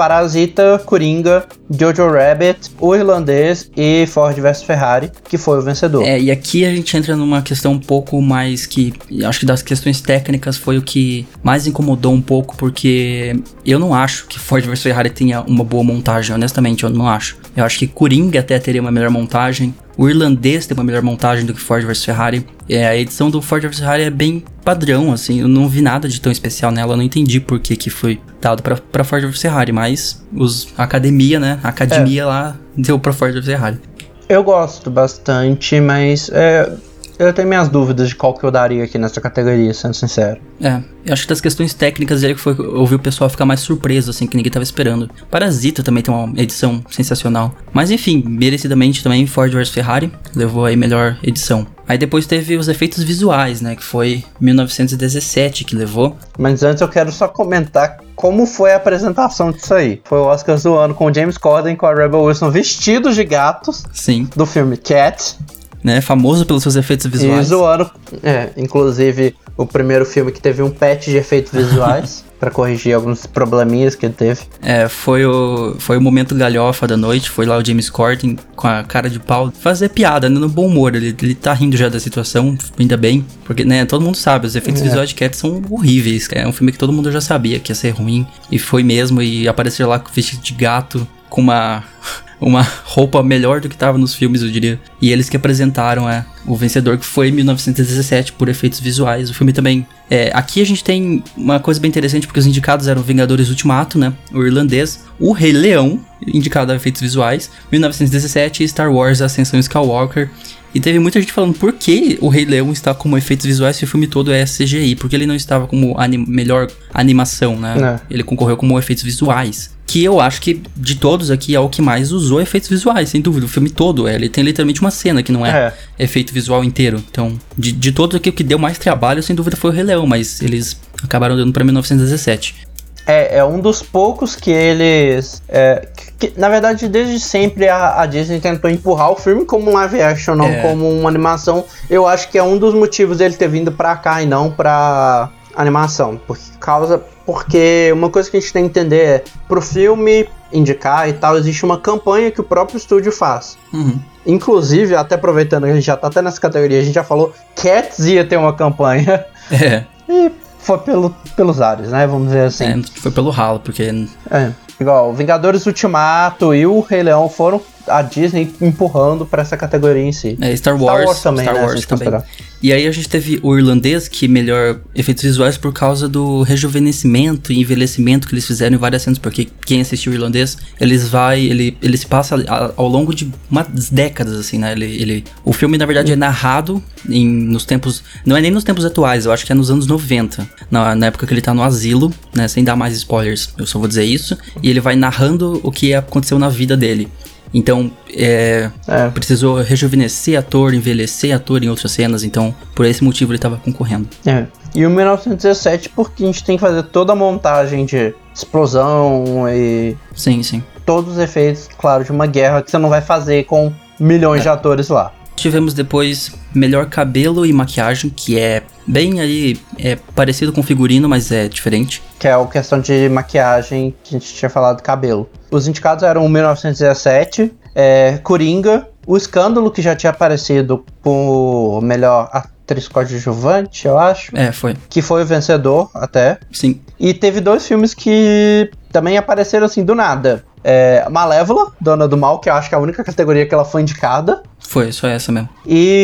Parasita, Coringa, Jojo Rabbit, O Irlandês e Ford versus Ferrari, que foi o vencedor. É, e aqui a gente entra numa questão um pouco mais que... Acho que das questões técnicas foi o que mais incomodou um pouco, porque eu não acho que Ford versus Ferrari tenha uma boa montagem, honestamente, eu não acho. Eu acho que Coringa até teria uma melhor montagem. O Irlandês tem uma melhor montagem do que Ford versus Ferrari. É, a edição do Ford versus Ferrari é bem padrão, assim. Eu não vi nada de tão especial nela. Eu não entendi por que que foi dado pra, pra Ford versus Ferrari. Mas os, a academia, né? A academia é. lá deu pra Ford versus Ferrari. Eu gosto bastante, mas... É... Eu tenho minhas dúvidas de qual que eu daria aqui nessa categoria, sendo sincero. É, eu acho que das questões técnicas dele que foi ouvir o pessoal ficar mais surpreso, assim, que ninguém tava esperando. Parasita também tem uma edição sensacional. Mas enfim, merecidamente também Ford versus Ferrari levou aí melhor edição. Aí depois teve os efeitos visuais, né, que foi mil novecentos e dezessete que levou. Mas antes eu quero só comentar como foi a apresentação disso aí. Foi o Oscar zoando com o James Corden com a Rebel Wilson vestidos de gatos. Sim. Do filme Cat. Né, famoso pelos seus efeitos visuais. E zoando, é, inclusive o primeiro filme que teve um patch de efeitos visuais pra corrigir alguns probleminhas que ele teve. É, foi o, foi o momento galhofa da noite, foi lá o James Corden com a cara de pau fazer piada, né, no bom humor, ele, ele tá rindo já da situação, ainda bem, porque, né, todo mundo sabe, os efeitos é. visuais de Cat são horríveis, é um filme que todo mundo já sabia que ia ser ruim, e foi mesmo, e apareceu lá com vestido de gato, com uma... uma roupa melhor do que tava nos filmes, eu diria. E eles que apresentaram é, o vencedor, que foi em mil novecentos e dezessete, por efeitos visuais. O filme também... É, aqui a gente tem uma coisa bem interessante, porque os indicados eram Vingadores Ultimato, né? O Irlandês, O Rei Leão, indicado a efeitos visuais, mil novecentos e dezessete, e Star Wars, Ascensão Skywalker. E teve muita gente falando por que o Rei Leão está como efeitos visuais se o filme todo é C G I, porque ele não estava como anim- melhor animação, né? É. Ele concorreu como efeitos visuais. Que eu acho que de todos aqui é o que mais usou efeitos visuais, sem dúvida. O filme todo, é, ele tem literalmente uma cena que não é, é. efeito visual inteiro. Então, de, de todos aqui, o que deu mais trabalho, sem dúvida, foi o Rei Leão, mas eles acabaram dando pra mil novecentos e dezessete. É, é um dos poucos que eles... É, que, que, na verdade, desde sempre a, a Disney tentou empurrar o filme como um live action, não é. como uma animação. Eu acho que é um dos motivos dele ter vindo pra cá e não pra animação. Por causa... Porque uma coisa que a gente tem que entender é, pro filme indicar e tal, existe uma campanha que o próprio estúdio faz. Uhum. Inclusive, até aproveitando que a gente já tá até nessa categoria, a gente já falou, Cats ia ter uma campanha. É. E foi pelo, pelos ares, né? Vamos dizer assim. É, foi pelo ralo, porque... É. Igual, Vingadores Ultimato e o Rei Leão foram a Disney empurrando pra essa categoria em si. É, Star Wars, Star Wars também, Star né, Wars também. E aí a gente teve o Irlandês, que melhor efeitos visuais por causa do rejuvenescimento e envelhecimento que eles fizeram em várias cenas, porque quem assistiu o Irlandês, eles vai, ele, ele se passa ao longo de umas décadas, assim, né, ele, ele, o filme, na verdade, é narrado em, nos tempos, não é nem nos tempos atuais, eu acho que é nos anos noventa, na, na época que ele tá no asilo, né, sem dar mais spoilers, eu só vou dizer isso, e ele vai narrando o que aconteceu na vida dele. Então, é, é. precisou rejuvenescer ator, envelhecer ator em outras cenas, então, por esse motivo ele estava concorrendo. É. E o mil novecentos e dezessete, porque a gente tem que fazer toda a montagem de explosão e... Sim, sim. Todos os efeitos, claro, de uma guerra que você não vai fazer com milhões é. de atores lá. Tivemos depois melhor cabelo e maquiagem, que é bem aí, é parecido com figurino, mas é diferente. Que é a questão de maquiagem que a gente tinha falado do cabelo. Os indicados eram o mil novecentos e dezessete, é, Coringa, O Escândalo, que já tinha aparecido por melhor atriz coadjuvante, eu acho. É, foi. Que foi o vencedor, até. Sim. E teve dois filmes que também apareceram assim do nada. É, Malévola, Dona do Mal, que eu acho que é a única categoria que ela foi indicada. Foi, só essa mesmo.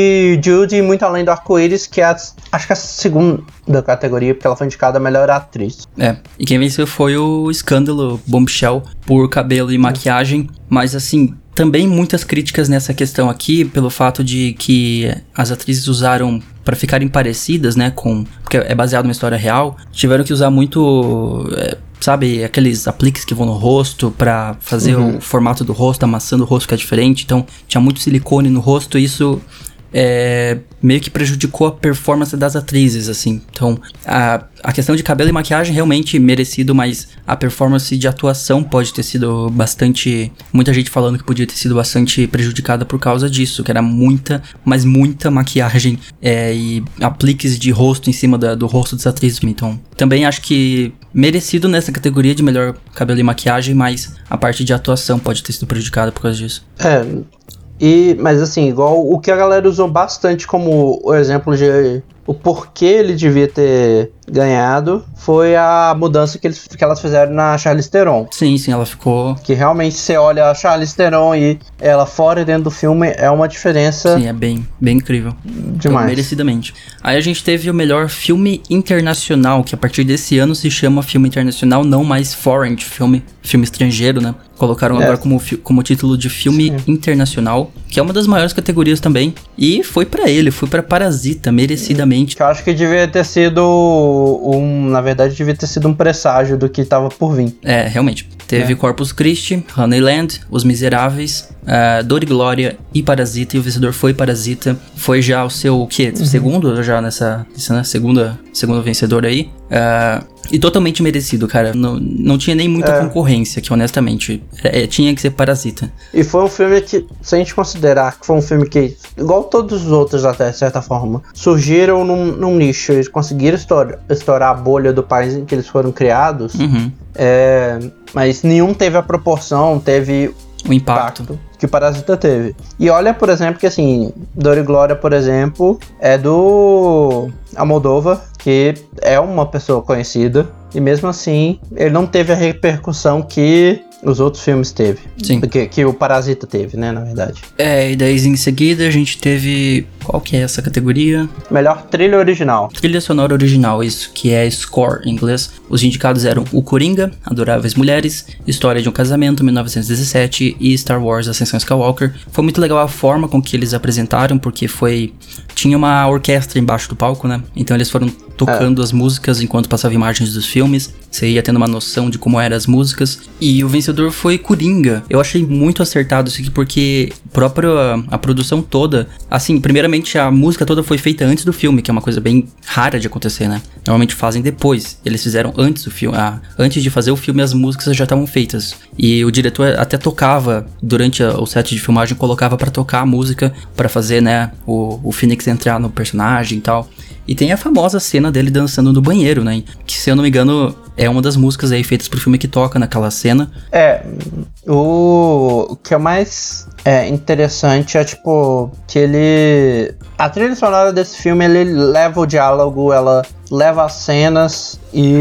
E Judy, Muito Além do Arco-Íris, que é a, acho que é a segunda categoria, porque ela foi indicada a melhor atriz. É, e quem venceu foi o Escândalo, Bombshell, por cabelo e maquiagem. Mas assim, também muitas críticas nessa questão aqui, pelo fato de que as atrizes usaram, para ficarem parecidas, né, com... Porque é baseado numa história real, tiveram que usar muito... É, sabe, aqueles apliques que vão no rosto pra fazer uhum. o formato do rosto, amassando o rosto que é diferente. Então, tinha muito silicone no rosto e isso é, meio que prejudicou a performance das atrizes, assim. Então, a, a questão de cabelo e maquiagem realmente merecido, mas a performance de atuação pode ter sido bastante... Muita gente falando que podia ter sido bastante prejudicada por causa disso, que era muita, mas muita maquiagem é, e apliques de rosto em cima da, do rosto das atrizes. Então, também acho que merecido nessa categoria de melhor cabelo e maquiagem, mas a parte de atuação pode ter sido prejudicada por causa disso. É, e, mas assim, igual o que a galera usou bastante como o exemplo de o porquê ele devia ter ganhado foi a mudança que, eles, que elas fizeram na Charlize Theron. Sim, sim, ela ficou... Que realmente você olha a Charlize Theron e ela fora e dentro do filme é uma diferença... Sim, é bem, bem incrível. Demais. Então, merecidamente. Aí a gente teve o melhor filme internacional, que a partir desse ano se chama filme internacional, não mais foreign, filme, filme estrangeiro, né? Colocaram é. agora como, como título de filme Sim. internacional, que é uma das maiores categorias também. E foi pra ele, foi pra Parasita, merecidamente. Que eu acho que devia ter sido um... Na verdade, devia ter sido um presságio do que tava por vir. É, realmente. Teve é. Corpus Christi, Honeyland, Os Miseráveis, uh, Dor e Glória e Parasita. E o vencedor foi Parasita. Foi já o seu, o quê? Uhum. Segundo já nessa, nessa segunda, segundo vencedor aí. Uh, e totalmente merecido, cara. Não, não tinha nem muita é. concorrência, que honestamente é, tinha que ser Parasita. E foi um filme que, se a gente considerar que foi um filme que, igual todos os outros até, de certa forma, surgiram num, num nicho, eles conseguiram estourar, estourar a bolha do país em que eles foram criados, uhum. é, mas nenhum teve a proporção, teve o impacto. impacto que o Parasita teve. E olha, por exemplo, que assim, Dor e Glória, por exemplo, é do Almodóvar, que é uma pessoa conhecida, e mesmo assim, ele não teve a repercussão que os outros filmes teve. Sim. Que, que o Parasita teve, né, na verdade. É, e daí em seguida a gente teve... Qual que é essa categoria? Melhor trilha original. Trilha sonora original, isso, que é score em inglês. Os indicados eram O Coringa, Adoráveis Mulheres, História de um Casamento, mil novecentos e dezessete e Star Wars Ascensão Skywalker. Foi muito legal a forma com que eles apresentaram, porque foi... Tinha uma orquestra embaixo do palco, né? Então eles foram tocando é. as músicas enquanto passavam imagens dos filmes. Você ia tendo uma noção de como eram as músicas. E o vencedor foi Coringa. Eu achei muito acertado isso aqui, porque a própria a produção toda... Assim, primeiramente a música toda foi feita antes do filme, que é uma coisa bem rara de acontecer, né? Normalmente fazem depois. Eles fizeram antes do filme. Ah, antes de fazer o filme, as músicas já estavam feitas. E o diretor até tocava, durante a, o set de filmagem, colocava pra tocar a música, pra fazer, né, o, o Phoenix entrar no personagem e tal. E tem a famosa cena dele dançando no banheiro, né? Que, se eu não me engano, é uma das músicas aí feitas pro filme que toca naquela cena. É, o, o que é mais é, interessante é, tipo, que ele... A trilha sonora desse filme, ele leva o diálogo, ela leva as cenas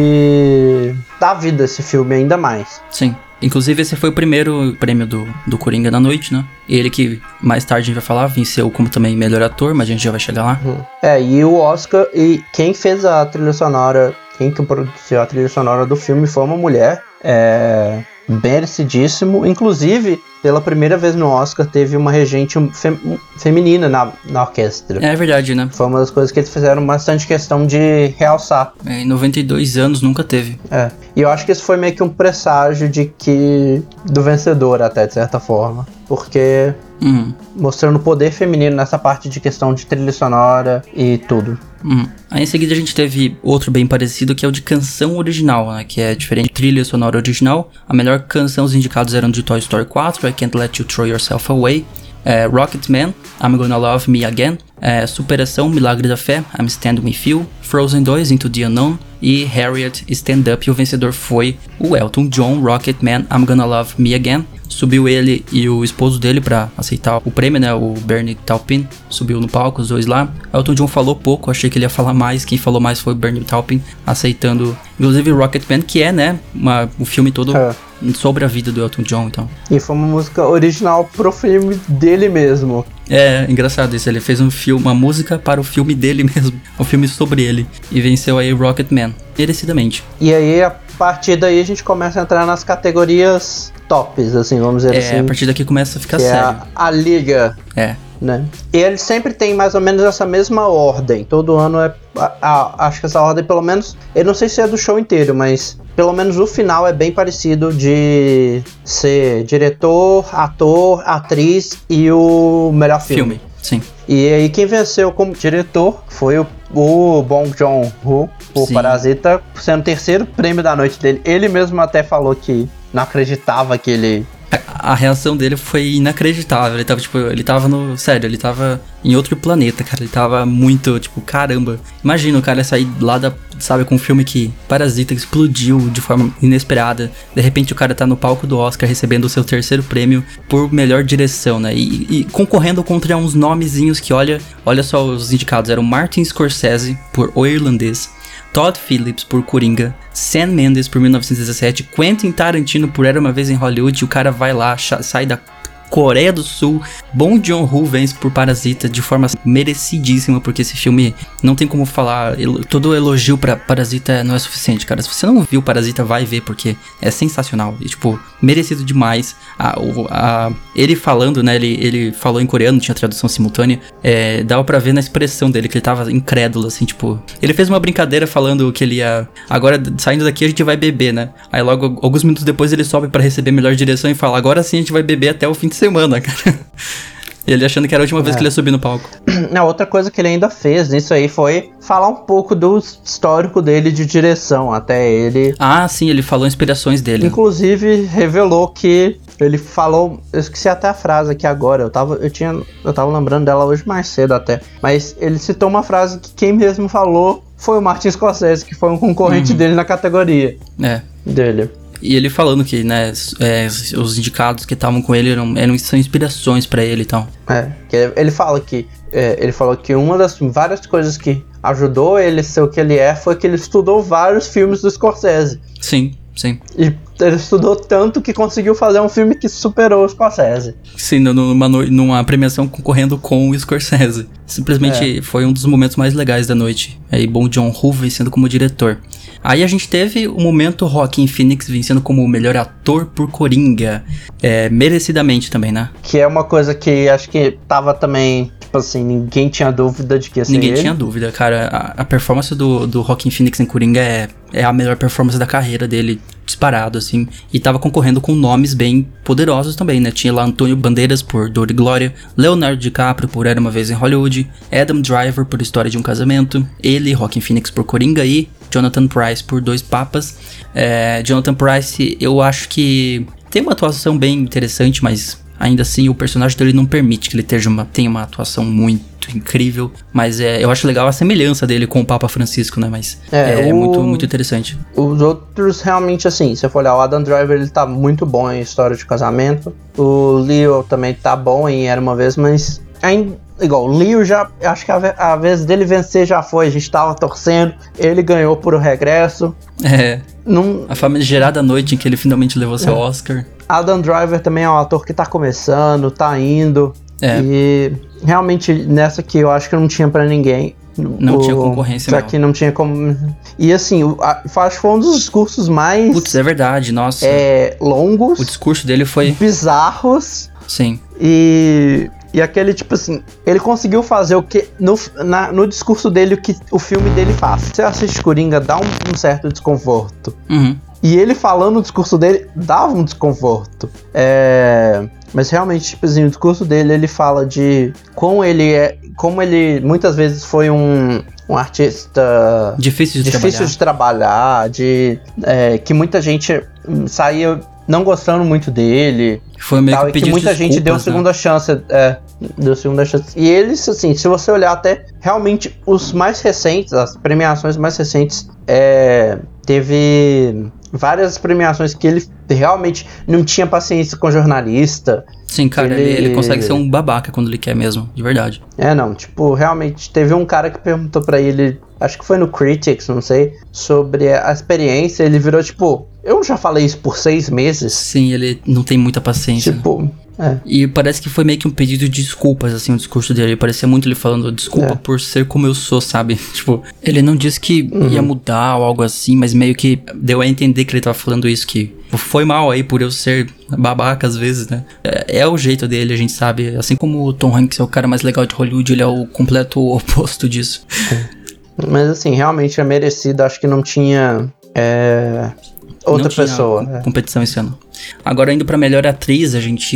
e dá vida a esse filme ainda mais. Sim. Inclusive, esse foi o primeiro prêmio do, do Coringa na noite, né? Ele que, mais tarde a gente vai falar, venceu como também melhor ator, mas a gente já vai chegar lá. Uhum. É, e o Oscar, e quem fez a trilha sonora, quem que produziu a trilha sonora do filme foi uma mulher, é... merecidíssimo. Inclusive, pela primeira vez no Oscar, teve uma regente fem- feminina na, na orquestra. É verdade, né? Foi uma das coisas que eles fizeram bastante questão de realçar. É, em noventa e dois anos nunca teve. É. E eu acho que isso foi meio que um presságio de que... do vencedor, até, de certa forma. Porque... Uhum. Mostrando o poder feminino nessa parte de questão de trilha sonora e tudo. Uhum. Aí em seguida a gente teve outro bem parecido, que é o de canção original, né? Que é diferente de trilha sonora original. A melhor canção, os indicados eram de Toy Story quatro, I Can't Let You Throw Yourself Away, é, Rocketman, I'm Gonna Love Me Again, é, Superação, Milagre da Fé, I'm Stand With You, Frozen dois, Into the Unknown e Harriet, Stand Up. E o vencedor foi o Elton John, Rocketman, I'm Gonna Love Me Again. Subiu ele e o esposo dele pra aceitar o prêmio, né? O Bernie Taupin subiu no palco, os dois lá. Elton John falou pouco, achei que ele ia falar mais. Quem falou mais foi o Bernie Taupin, aceitando, inclusive, Rocketman, que é, né? Uma, o filme todo é. sobre a vida do Elton John, então. E foi uma música original pro filme dele mesmo. É, engraçado isso, ele fez um filme, uma música para o filme dele mesmo, um filme sobre ele, e venceu aí Rocketman, merecidamente. E aí, a partir daí, a gente começa a entrar nas categorias tops, assim, vamos dizer é, assim. É, a partir daqui começa a ficar que sério. É a, a liga. É. Né? E ele sempre tem mais ou menos essa mesma ordem. Todo ano é. A, a, acho que essa ordem, pelo menos. Eu não sei se é do show inteiro, mas pelo menos o final é bem parecido de ser diretor, ator, atriz e o melhor filme. Filme, sim. E aí quem venceu como diretor foi o, o Bong Joon-ho, o sim. Parasita, sendo o terceiro prêmio da noite dele. Ele mesmo até falou que não acreditava que ele a reação dele foi inacreditável. Ele tava, tipo, ele tava no... Sério, ele tava em outro planeta, cara. Ele tava muito, tipo, caramba. Imagina o cara sair lá da... Sabe, com um filme que Parasita explodiu de forma inesperada. De repente o cara tá no palco do Oscar recebendo o seu terceiro prêmio por melhor direção, né? E, e concorrendo contra uns nomezinhos que, olha... Olha só os indicados. Eram Martin Scorsese por O Irlandês, Todd Phillips por Coringa, Sam Mendes por mil novecentos e dezessete, Quentin Tarantino por Era Uma Vez em Hollywood. O cara vai lá, sai da Coreia do Sul. Bong Joon-ho vence por Parasita de forma merecidíssima, porque esse filme não tem como falar, el- todo elogio pra Parasita não é suficiente, cara. Se você não viu Parasita, vai ver, porque é sensacional e, tipo, merecido demais. A, o, a, ele falando, né, ele, ele falou em coreano, tinha tradução simultânea, é, dava pra ver na expressão dele que ele tava incrédulo, assim, tipo, ele fez uma brincadeira falando que ele ia, agora saindo daqui a gente vai beber, né, aí logo, alguns minutos depois ele sobe pra receber melhor direção e fala, agora sim a gente vai beber até o fim de semana, cara. Ele achando que era a última vez É. que ele ia subir no palco. A outra coisa que ele ainda fez nisso aí foi falar um pouco do histórico dele de direção. Até ele, Ah, sim, ele falou inspirações dele. inclusive, revelou que ele falou... Eu esqueci até a frase aqui agora. Eu tava, eu tinha, eu tava lembrando dela hoje mais cedo até. Mas ele citou uma frase que quem mesmo falou foi o Martin Scorsese, que foi um concorrente Uhum. dele na categoria É. dele. E ele falando que, né, é, os indicados que estavam com ele eram, eram são inspirações pra ele e tal. É, que ele, ele fala que é, ele falou que uma das várias coisas que ajudou ele a ser o que ele é foi que ele estudou vários filmes do Scorsese. Sim, sim. E ele estudou tanto que conseguiu fazer um filme que superou o Scorsese. Sim, numa, no- numa premiação concorrendo com o Scorsese. Simplesmente foi um dos momentos mais legais da noite. Aí Bong Joon-ho vencendo como diretor. Aí a gente teve o momento Joaquin Phoenix vencendo como o melhor ator por Coringa. É, merecidamente também, né? Que é uma coisa que acho que tava também, tipo assim, ninguém tinha dúvida de que ia ser Ninguém ele. tinha dúvida, cara. A, a performance do, do Joaquin Phoenix em Coringa é, é a melhor performance da carreira dele, disparado, assim. E tava concorrendo com nomes bem poderosos também, né? Tinha lá Antônio Bandeiras por Dor e Glória, Leonardo DiCaprio por Era Uma Vez em Hollywood, Adam Driver por História de um Casamento, ele, Joaquin Phoenix por Coringa e Jonathan Pryce por Dois Papas. É, Jonathan Pryce, eu acho que tem uma atuação bem interessante, mas ainda assim o personagem dele não permite que ele tenha uma, tenha uma atuação muito incrível. Mas é, eu acho legal a semelhança dele com o Papa Francisco, né? Mas é, É, é o- muito, muito interessante. Os outros, realmente, assim, se você for olhar, o Adam Driver, ele tá muito bom em História de Casamento. O Leo também tá bom em Era Uma Vez, mas ainda... Igual, o Leo já, acho que a, ve- a vez dele vencer já foi, a gente tava torcendo, ele ganhou por O Regresso. É, Num, a famigerada noite em que ele finalmente levou seu Oscar. Adam Driver também é um ator que tá começando, tá indo. É. E realmente nessa aqui eu acho que não tinha pra ninguém. Não tinha concorrência Isso mesmo. aqui não tinha como. E assim, o- a- acho que foi um dos discursos mais Putz, é verdade, nossa. é, longos, O discurso dele foi... bizarros Sim, e. E aquele, tipo assim, ele conseguiu fazer o que, no, na- no discurso dele, o que o filme dele faz. Você assiste Coringa, dá um, um certo desconforto. uhum. E ele falando o discurso dele, dava um desconforto. É, mas realmente, tipo assim, o discurso dele, ele fala de como ele é, como ele muitas vezes foi um, um artista Difícil de difícil trabalhar. de trabalhar, de é, que muita gente hum, saía não gostando muito dele. Foi meio Tal, que e que pedir muita gente deu desculpas, né? segunda chance, é, deu segunda chance. E eles, assim, se você olhar até realmente os mais recentes, as premiações mais recentes, é, teve várias premiações que ele realmente não tinha paciência com jornalista. Sim, cara, ele... ele- ele consegue ser um babaca quando ele quer mesmo, de verdade. É, não, tipo, realmente teve um cara que perguntou pra ele, acho que foi no Critics, não sei, sobre a experiência, ele virou tipo, eu já falei isso por seis meses, Sim, ele não tem muita paciência. né? tipo, é. E parece que foi meio que um pedido de desculpas, assim, o discurso dele. Parecia muito ele falando, desculpa É. por ser como eu sou, sabe? Tipo, ele não disse que Uhum. ia mudar ou algo assim, mas meio que deu a entender que ele tava falando isso, que foi mal aí por eu ser babaca às vezes, né? É, é o jeito dele, a gente sabe. Assim como o Tom Hanks é o cara mais legal de Hollywood, ele é o completo oposto disso. Mas assim, realmente é merecido, acho que não tinha é, outra Não tinha pessoa. com- é. competição esse ano. Agora, indo pra melhor atriz, a gente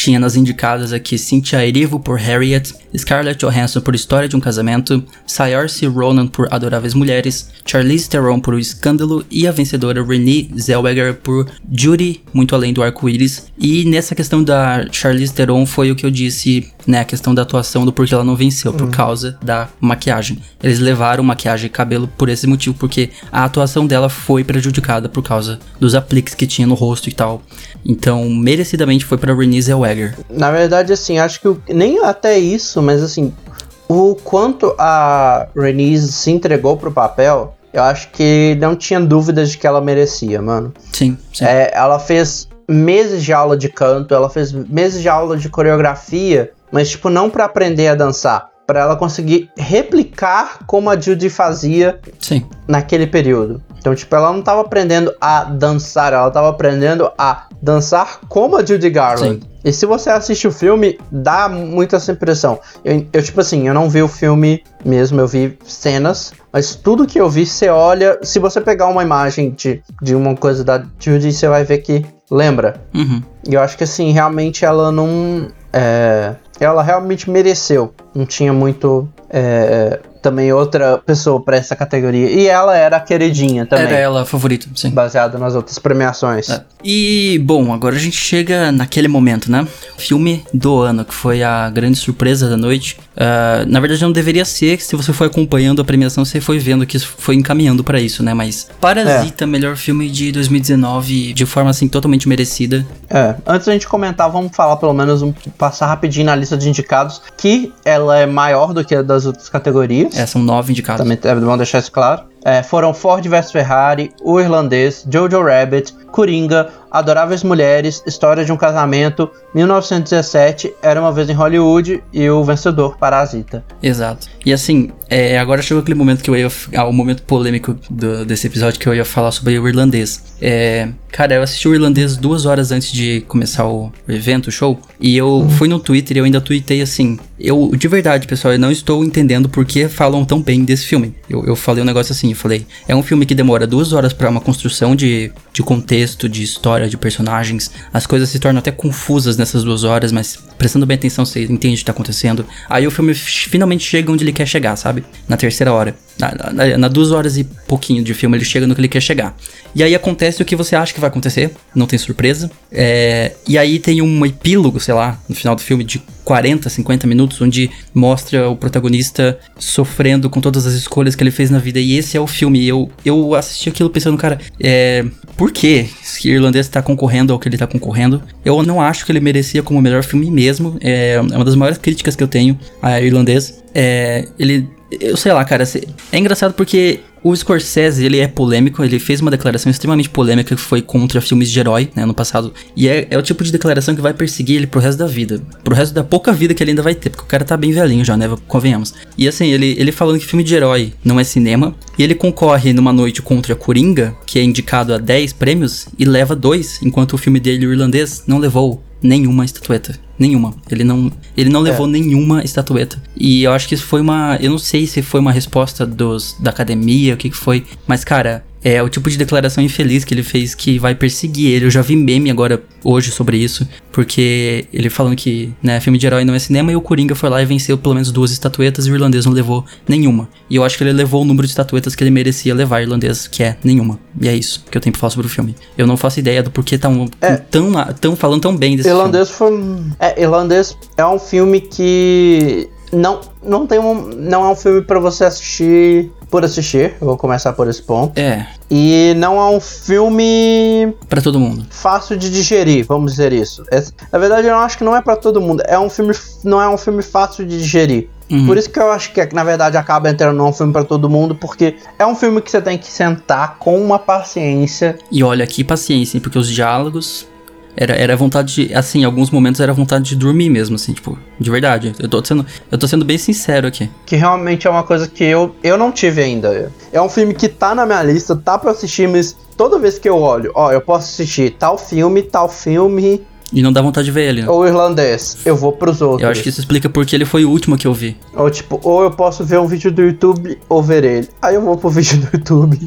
tinha nas indicadas aqui Cynthia Erivo por Harriet, Scarlett Johansson por História de um Casamento, Saoirse Ronan por Adoráveis Mulheres, Charlize Theron por O Escândalo e a vencedora Renée Zellweger por Judy, Muito Além do Arco-Íris. E nessa questão da Charlize Theron foi o que eu disse, né, a questão da atuação, do porquê ela não venceu, por causa da maquiagem. Eles levaram maquiagem e cabelo por esse motivo, porque a atuação dela foi prejudicada por causa dos apliques que tinha no rosto e tal. Então, merecidamente foi pra Renée Zellweger. Na verdade, assim, acho que o, nem até isso, mas assim, o quanto a Renée se entregou pro papel, eu acho que não tinha dúvidas de que ela merecia, mano. Sim, sim. É, ela fez meses de aula de canto, ela fez meses de aula de coreografia, mas, tipo, não pra aprender a dançar, pra ela conseguir replicar como a Judy fazia Sim. naquele período. Então, tipo, ela não tava aprendendo a dançar, ela tava aprendendo a dançar como a Judy Garland. Sim. E se você assiste o filme, dá muito essa impressão. Eu, eu, tipo assim, eu não vi o filme mesmo, eu vi cenas, mas tudo que eu vi, você olha, se você pegar uma imagem de, de uma coisa da Judy, você vai ver que lembra. Uhum. E eu acho que, assim, realmente ela não... É, ela realmente mereceu. Não tinha muito... É, também outra pessoa pra essa categoria. E ela era a queridinha também. Era ela a favorita, sim. Baseado nas outras premiações. É. E, bom, agora a gente chega naquele momento, né? Filme do ano, que foi a grande surpresa da noite. Uh, na verdade não deveria ser, se você foi acompanhando a premiação, você foi vendo que isso foi encaminhando pra isso, né? Mas Parasita, é. melhor filme de dois mil e dezenove, de forma, assim, totalmente merecida. É, antes da gente comentar, vamos falar pelo menos, um, passar rapidinho na lista de indicados, que ela é maior do que a das outras categorias. É, são nove indicados. Também é bom deixar isso claro. É, foram Ford versus Ferrari, O Irlandês, Jojo Rabbit, Coringa, Adoráveis Mulheres, História de um Casamento, mil novecentos e dezessete, Era Uma Vez em Hollywood e o vencedor, Parasita. Exato. E assim, é, agora chegou aquele momento que eu ia... Ah, o momento polêmico do, desse episódio, que eu ia falar sobre o Irlandês. É, cara, eu assisti o Irlandês duas horas antes de começar o evento, o show, e eu hum. fui no Twitter e eu ainda tuitei assim, eu, de verdade, pessoal, eu não estou entendendo por que falam tão bem desse filme. Eu, eu falei um negócio assim, eu falei, é um filme que demora duas horas pra uma construção de, de contexto, de história, de personagens. As coisas se tornam até confusas nessas duas horas, mas prestando bem atenção, você entende o que tá acontecendo. Aí o filme finalmente chega onde ele quer chegar, sabe? Na terceira hora. Na, na, na duas horas e pouquinho de filme, ele chega no que ele quer chegar. E aí acontece o que você acha que vai acontecer, não tem surpresa. É, e aí tem um epílogo, sei lá, no final do filme de quarenta, cinquenta minutos, onde mostra o protagonista sofrendo com todas as escolhas que ele fez na vida. E esse é o filme. Eu, eu assisti aquilo pensando, cara, é, por que esse irlandês tá concorrendo ao que ele tá concorrendo? Eu não acho que ele merecia como o melhor filme mesmo. É, é uma das maiores críticas que eu tenho a Irlandês. É, ele... Eu sei lá, cara, é engraçado porque o Scorsese, ele é polêmico, ele fez uma declaração extremamente polêmica que foi contra filmes de herói, né, no passado. E é, é o tipo de declaração que vai perseguir ele pro resto da vida. Pro resto da pouca vida que ele ainda vai ter, porque o cara tá bem velhinho já, né, convenhamos. E assim, ele, ele falando que filme de herói não é cinema, e ele concorre numa noite contra Coringa, que é indicado a dez prêmios, e leva dois, enquanto o filme dele, o Irlandês, não levou nenhuma estatueta. Nenhuma. Ele não, ele não levou é. nenhuma estatueta. E eu acho que isso foi uma... Eu não sei se foi uma resposta dos, da academia, o que que foi. Mas, cara, é o tipo de declaração infeliz que ele fez que vai perseguir ele. Eu já vi meme agora, hoje, sobre isso. Porque ele falando que, né, filme de herói não é cinema. E o Coringa foi lá e venceu pelo menos duas estatuetas. E o Irlandês não levou nenhuma. E eu acho que ele levou o número de estatuetas que ele merecia levar. Irlandês, que é nenhuma. E é isso que eu tenho pra falar sobre o filme. Eu não faço ideia do porquê tão, é. tão, tão falando tão bem desse Irlandês filme. Foi... É, Irlandês é um filme que não, não, tem um, não é um filme pra você assistir por assistir. Eu vou começar por esse ponto. É. E não é um filme... Pra todo mundo. Fácil de digerir, vamos dizer isso. É, na verdade, eu acho que não é pra todo mundo. É um filme, não é um filme fácil de digerir. Uhum. Por isso que eu acho que, na verdade, acaba entrando num filme pra todo mundo, porque é um filme que você tem que sentar com uma paciência. E olha, que paciência, hein? Porque os diálogos... Era, era vontade de... Assim, em alguns momentos era vontade de dormir mesmo, assim, tipo... De verdade. Eu tô sendo, eu tô sendo bem sincero aqui. Que realmente é uma coisa que eu, eu não tive ainda. É um filme que tá na minha lista, tá pra assistir, mas toda vez que eu olho... Ó, eu posso assistir tal filme, tal filme... E não dá vontade de ver ele. Ou Irlandês. Eu vou pros outros. Eu acho que isso explica porque ele foi o último que eu vi. Ou tipo, ou eu posso ver um vídeo do YouTube ou ver ele. Aí eu vou pro vídeo do YouTube.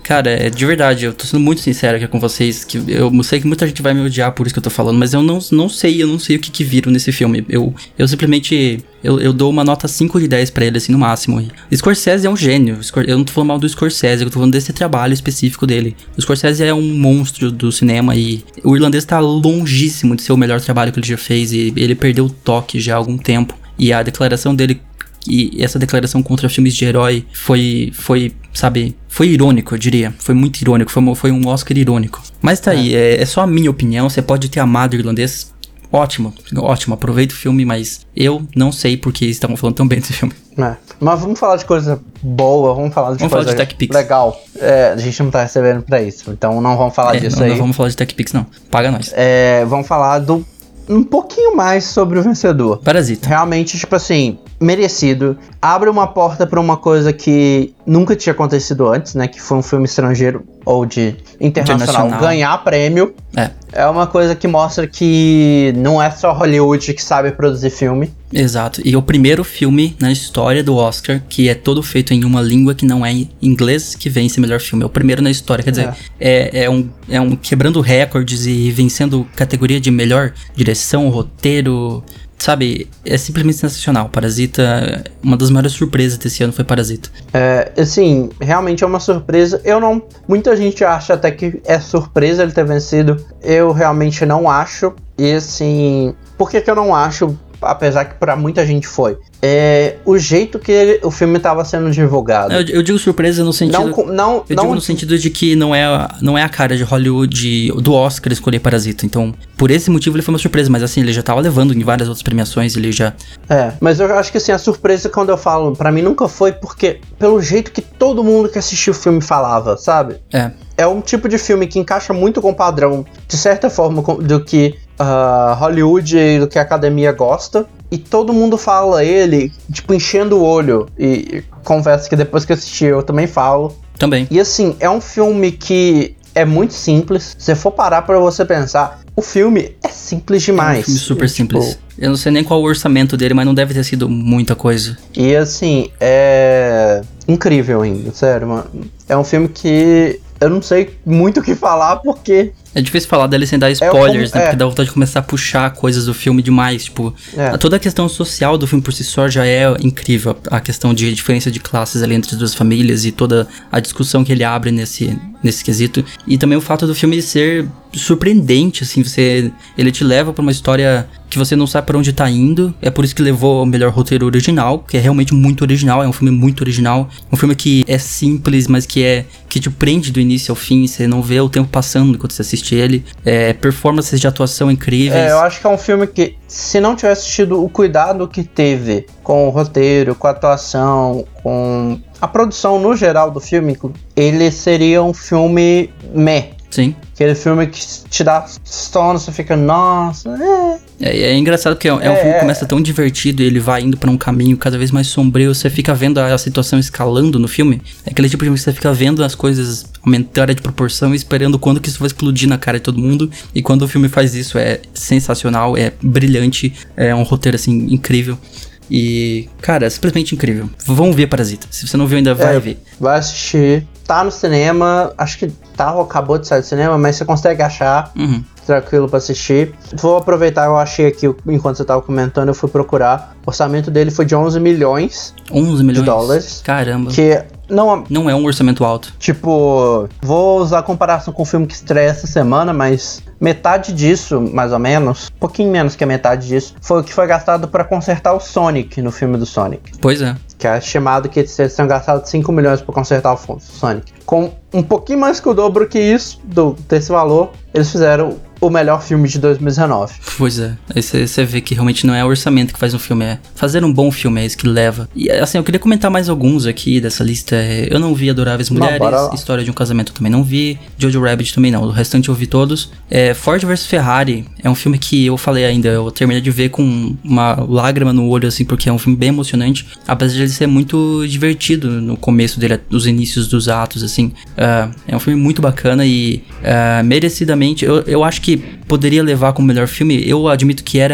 Cara, é de verdade, eu tô sendo muito sincero aqui com vocês, que eu sei que muita gente vai me odiar por isso que eu tô falando, mas eu não, não sei, eu não sei o que que viram nesse filme. Eu, eu simplesmente, eu, eu dou uma nota cinco de dez pra ele, assim, no máximo. Scorsese é um gênio, eu não tô falando mal do Scorsese, eu tô falando desse trabalho específico dele. O Scorsese é um monstro do cinema e o Irlandês tá longíssimo de ser o melhor trabalho que ele já fez e ele perdeu o toque já há algum tempo. E a declaração dele, e essa declaração contra filmes de herói foi, foi, sabe, foi irônico, eu diria. Foi muito irônico, foi, foi um Oscar irônico. Mas tá é. aí, é, é só a minha opinião, você pode ter amado o Irlandês, ótimo, ótimo, aproveita o filme, mas eu não sei porque estavam falando tão bem desse filme. É. Mas vamos falar de coisa boa, vamos falar de vamos coisa falar de TechPix. legal. É, a gente não tá recebendo pra isso, então não vamos falar é, disso não, aí. Não vamos falar de TechPix não, paga nós. É, vamos falar do... um pouquinho mais sobre o vencedor. Parasita. Realmente, tipo assim, merecido. Abre uma porta pra uma coisa que nunca tinha acontecido antes, né? Que foi um filme estrangeiro ou de internacional, internacional. ganhar prêmio. É. É uma coisa que mostra que não é só Hollywood que sabe produzir filme. Exato. E é o primeiro filme na história do Oscar que é todo feito em uma língua que não é inglês que vence melhor filme. É o primeiro na história. Quer dizer, é, é, é, um, é um quebrando recordes e vencendo categoria de melhor direção, roteiro... Sabe, é simplesmente sensacional. Parasita, uma das maiores surpresas desse ano foi Parasita. É, assim, realmente é uma surpresa. Eu não... Muita gente acha até que é surpresa ele ter vencido. Eu realmente não acho. E assim... Por que que eu não acho? Apesar que pra muita gente foi. É o jeito que ele, o filme estava sendo divulgado. Eu, eu digo surpresa no sentido... Não, não, eu não, digo no sentido de que não é, não é a cara de Hollywood do Oscar escolher Parasita. Então, por esse motivo ele foi uma surpresa. Mas assim, ele já tava levando em várias outras premiações, ele já... É, mas eu acho que assim, a surpresa quando eu falo, pra mim nunca foi porque... Pelo jeito que todo mundo que assistiu o filme falava, sabe? É. É um tipo de filme que encaixa muito com o padrão, de certa forma, do que uh, Hollywood e do que a academia gosta. E todo mundo fala ele, tipo, enchendo o olho. E confesso que depois que eu assisti, eu também falo. Também. E assim, é um filme que é muito simples. Se for parar pra você pensar, o filme é simples demais. É um filme super e, simples. Tipo, eu não sei nem qual o orçamento dele, mas não deve ter sido muita coisa. E assim, é incrível ainda, sério, mano. É um filme que... Eu não sei muito o que falar, porque... É difícil falar dele sem dar spoilers, é, né? é. Porque dá vontade de começar a puxar coisas do filme demais, tipo... É. Toda a questão social do filme por si só já é incrível. A questão de diferença de classes ali entre as duas famílias e toda a discussão que ele abre nesse, nesse quesito. E também o fato do filme ser surpreendente, assim, você... Ele te leva pra uma história que você não sabe pra onde tá indo. É por isso que levou o melhor roteiro original, que é realmente muito original, é um filme muito original. Um filme que é simples, mas que é... que te prende do início ao fim, você não vê o tempo passando enquanto você assiste ele. É, performances de atuação incríveis. É, eu acho que é um filme que, se não tivesse tido o cuidado que teve com o roteiro, com a atuação, com a produção no geral do filme, ele seria um filme meh. Sim. Aquele filme que te dá sono, você fica, nossa, é... É, é engraçado porque é, é um filme que começa tão divertido e ele vai indo pra um caminho cada vez mais sombrio, você fica vendo a, a situação escalando no filme. É aquele tipo de filme que você fica vendo as coisas aumentarem de proporção e esperando quando que isso vai explodir na cara de todo mundo. E quando o filme faz isso é sensacional, é brilhante, é um roteiro assim incrível. E, cara, é simplesmente incrível. Vão ver Parasita. Se você não viu ainda, vai é, ver. Vai assistir. Tá no cinema, acho que tá ou acabou de sair do cinema, mas você consegue achar. Uhum. Tranquilo pra assistir. Vou aproveitar, eu achei aqui, enquanto você tava comentando, eu fui procurar. O orçamento dele foi de onze milhões. onze milhões? De dólares. Caramba. Que não, não é um orçamento alto. Tipo, vou usar a comparação com o filme que estreia essa semana, mas metade disso, mais ou menos, um pouquinho menos que a metade disso, foi o que foi gastado pra consertar o Sonic no filme do Sonic. Pois é. Que é estimado que eles tenham gastado cinco milhões pra consertar o Sonic. Com um pouquinho mais que o dobro que isso, do, desse valor, eles fizeram o melhor filme de dois mil e dezenove. Pois é, aí você vê que realmente não é o orçamento que faz um filme, é fazer um bom filme, é isso que leva. E assim, eu queria comentar mais alguns aqui dessa lista. Eu não vi Adoráveis Mulheres, não, História de um Casamento também não vi, Jojo Rabbit também não, o restante eu vi todos. É, Ford versus Ferrari é um filme que eu falei ainda, eu terminei de ver com uma lágrima no olho, assim, porque é um filme bem emocionante, apesar de ele ser muito divertido no começo dele, nos inícios dos atos, assim. Uh, é um filme muito bacana e uh, merecidamente, eu, eu acho que poderia levar como melhor filme. Eu admito que era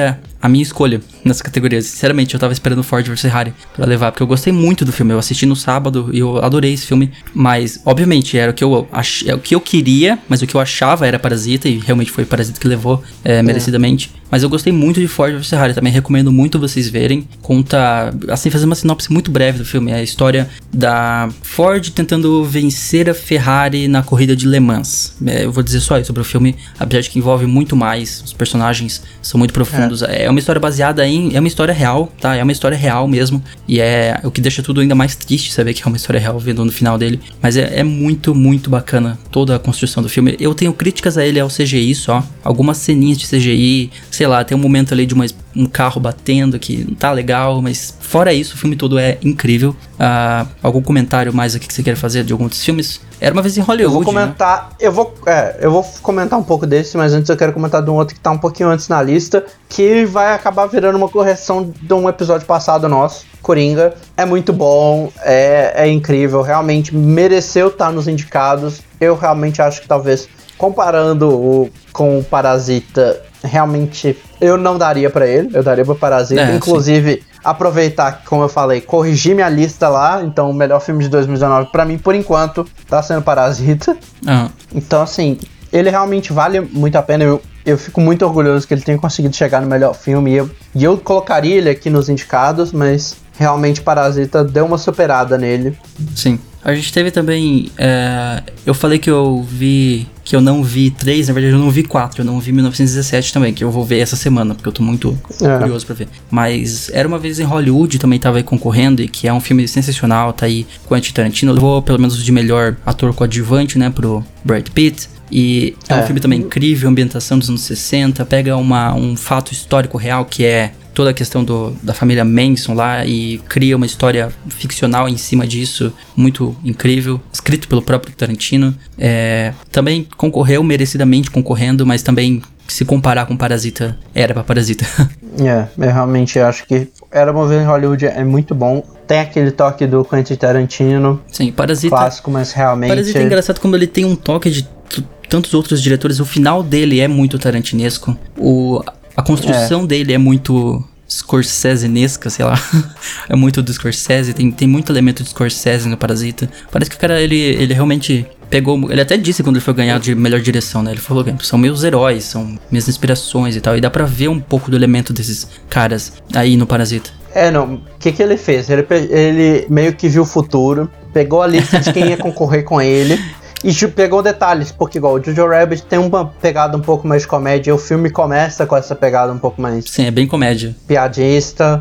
a minha escolha nessa categoria. Sinceramente, eu tava esperando Ford versus Ferrari pra levar, porque eu gostei muito do filme. Eu assisti no sábado e eu adorei esse filme. Mas, obviamente, era o que eu, ach... é o que eu queria, mas o que eu achava era Parasita, e realmente foi Parasita que levou é, merecidamente. É. Mas eu gostei muito de Ford versus Ferrari, também recomendo muito vocês verem. Conta, assim, fazendo uma sinopse muito breve do filme. É a história da Ford tentando vencer a Ferrari na corrida de Le Mans. É, eu vou dizer só isso sobre o filme, apesar de que envolve muito mais. Os personagens são muito profundos. É, é uma história baseada em... É uma história real, tá? É uma história real mesmo. E é o que deixa tudo ainda mais triste, saber que é uma história real, vendo no final dele. Mas é, é muito, muito bacana toda a construção do filme. Eu tenho críticas a ele ao C G I só. Algumas ceninhas de C G I, sei lá, tem um momento ali de uma, um carro batendo que não tá legal, mas fora isso, o filme todo é incrível. Uh, algum comentário mais aqui que você quer fazer de algum desses filmes? Era Uma Vez em Hollywood, Eu vou comentar, né? eu, vou, é, eu vou comentar um pouco desse, mas antes eu quero comentar de um outro que tá um pouquinho antes na lista, que vai acabar virando uma correção de um episódio passado nosso, Coringa. É muito bom, é, é incrível, realmente mereceu estar nos indicados. Eu realmente acho que talvez, comparando o, com o Parasita, realmente eu não daria pra ele, eu daria pra Parasita. É, inclusive, sim. Aproveitar que, como eu falei, corrigir minha lista lá. Então, o melhor filme de dois mil e dezenove pra mim, por enquanto, tá sendo Parasita. Uhum. Então, assim, ele realmente vale muito a pena. Eu, eu fico muito orgulhoso que ele tenha conseguido chegar no melhor filme. E eu, e eu colocaria ele aqui nos indicados, mas realmente Parasita deu uma superada nele. Sim. A gente teve também, é, eu falei que eu vi, que eu não vi três, na verdade eu não vi quatro, eu não vi mil novecentos e dezessete também, que eu vou ver essa semana, porque eu tô muito é. curioso pra ver. Mas Era Uma Vez em Hollywood também tava aí concorrendo, e que é um filme sensacional, tá aí Quentin Tarantino, levou pelo menos de melhor ator coadjuvante, né, pro Brad Pitt. E é, é um filme também incrível, ambientação dos anos sessenta, pega uma, um fato histórico real que é toda a questão do, da família Manson lá e cria uma história ficcional em cima disso, muito incrível, escrito pelo próprio Tarantino. É, também concorreu, merecidamente concorrendo, mas também se comparar com Parasita, era pra Parasita. É, eu realmente acho que Era Uma Vez em Hollywood é muito bom. Tem aquele toque do Quentin Tarantino. Sim, Parasita. Clássico, mas realmente... Parasita é engraçado como ele tem um toque de t- tantos outros diretores. O final dele é muito tarantinesco. O... A construção é. dele é muito Scorsese-nesca, sei lá. É muito do Scorsese, tem, tem muito elemento de Scorsese no Parasita. Parece que o cara, ele, ele realmente pegou... Ele até disse quando ele foi ganhar de melhor direção, né? Ele falou que são meus heróis, são minhas inspirações e tal. E dá pra ver um pouco do elemento desses caras aí no Parasita. É, não. O que que ele fez? Ele, ele meio que viu o futuro, pegou a lista de quem ia concorrer com ele... E pegou detalhes, porque igual o Jojo Rabbit tem uma pegada um pouco mais de comédia, o filme começa com essa pegada um pouco mais... Sim, é bem comédia. Piadista.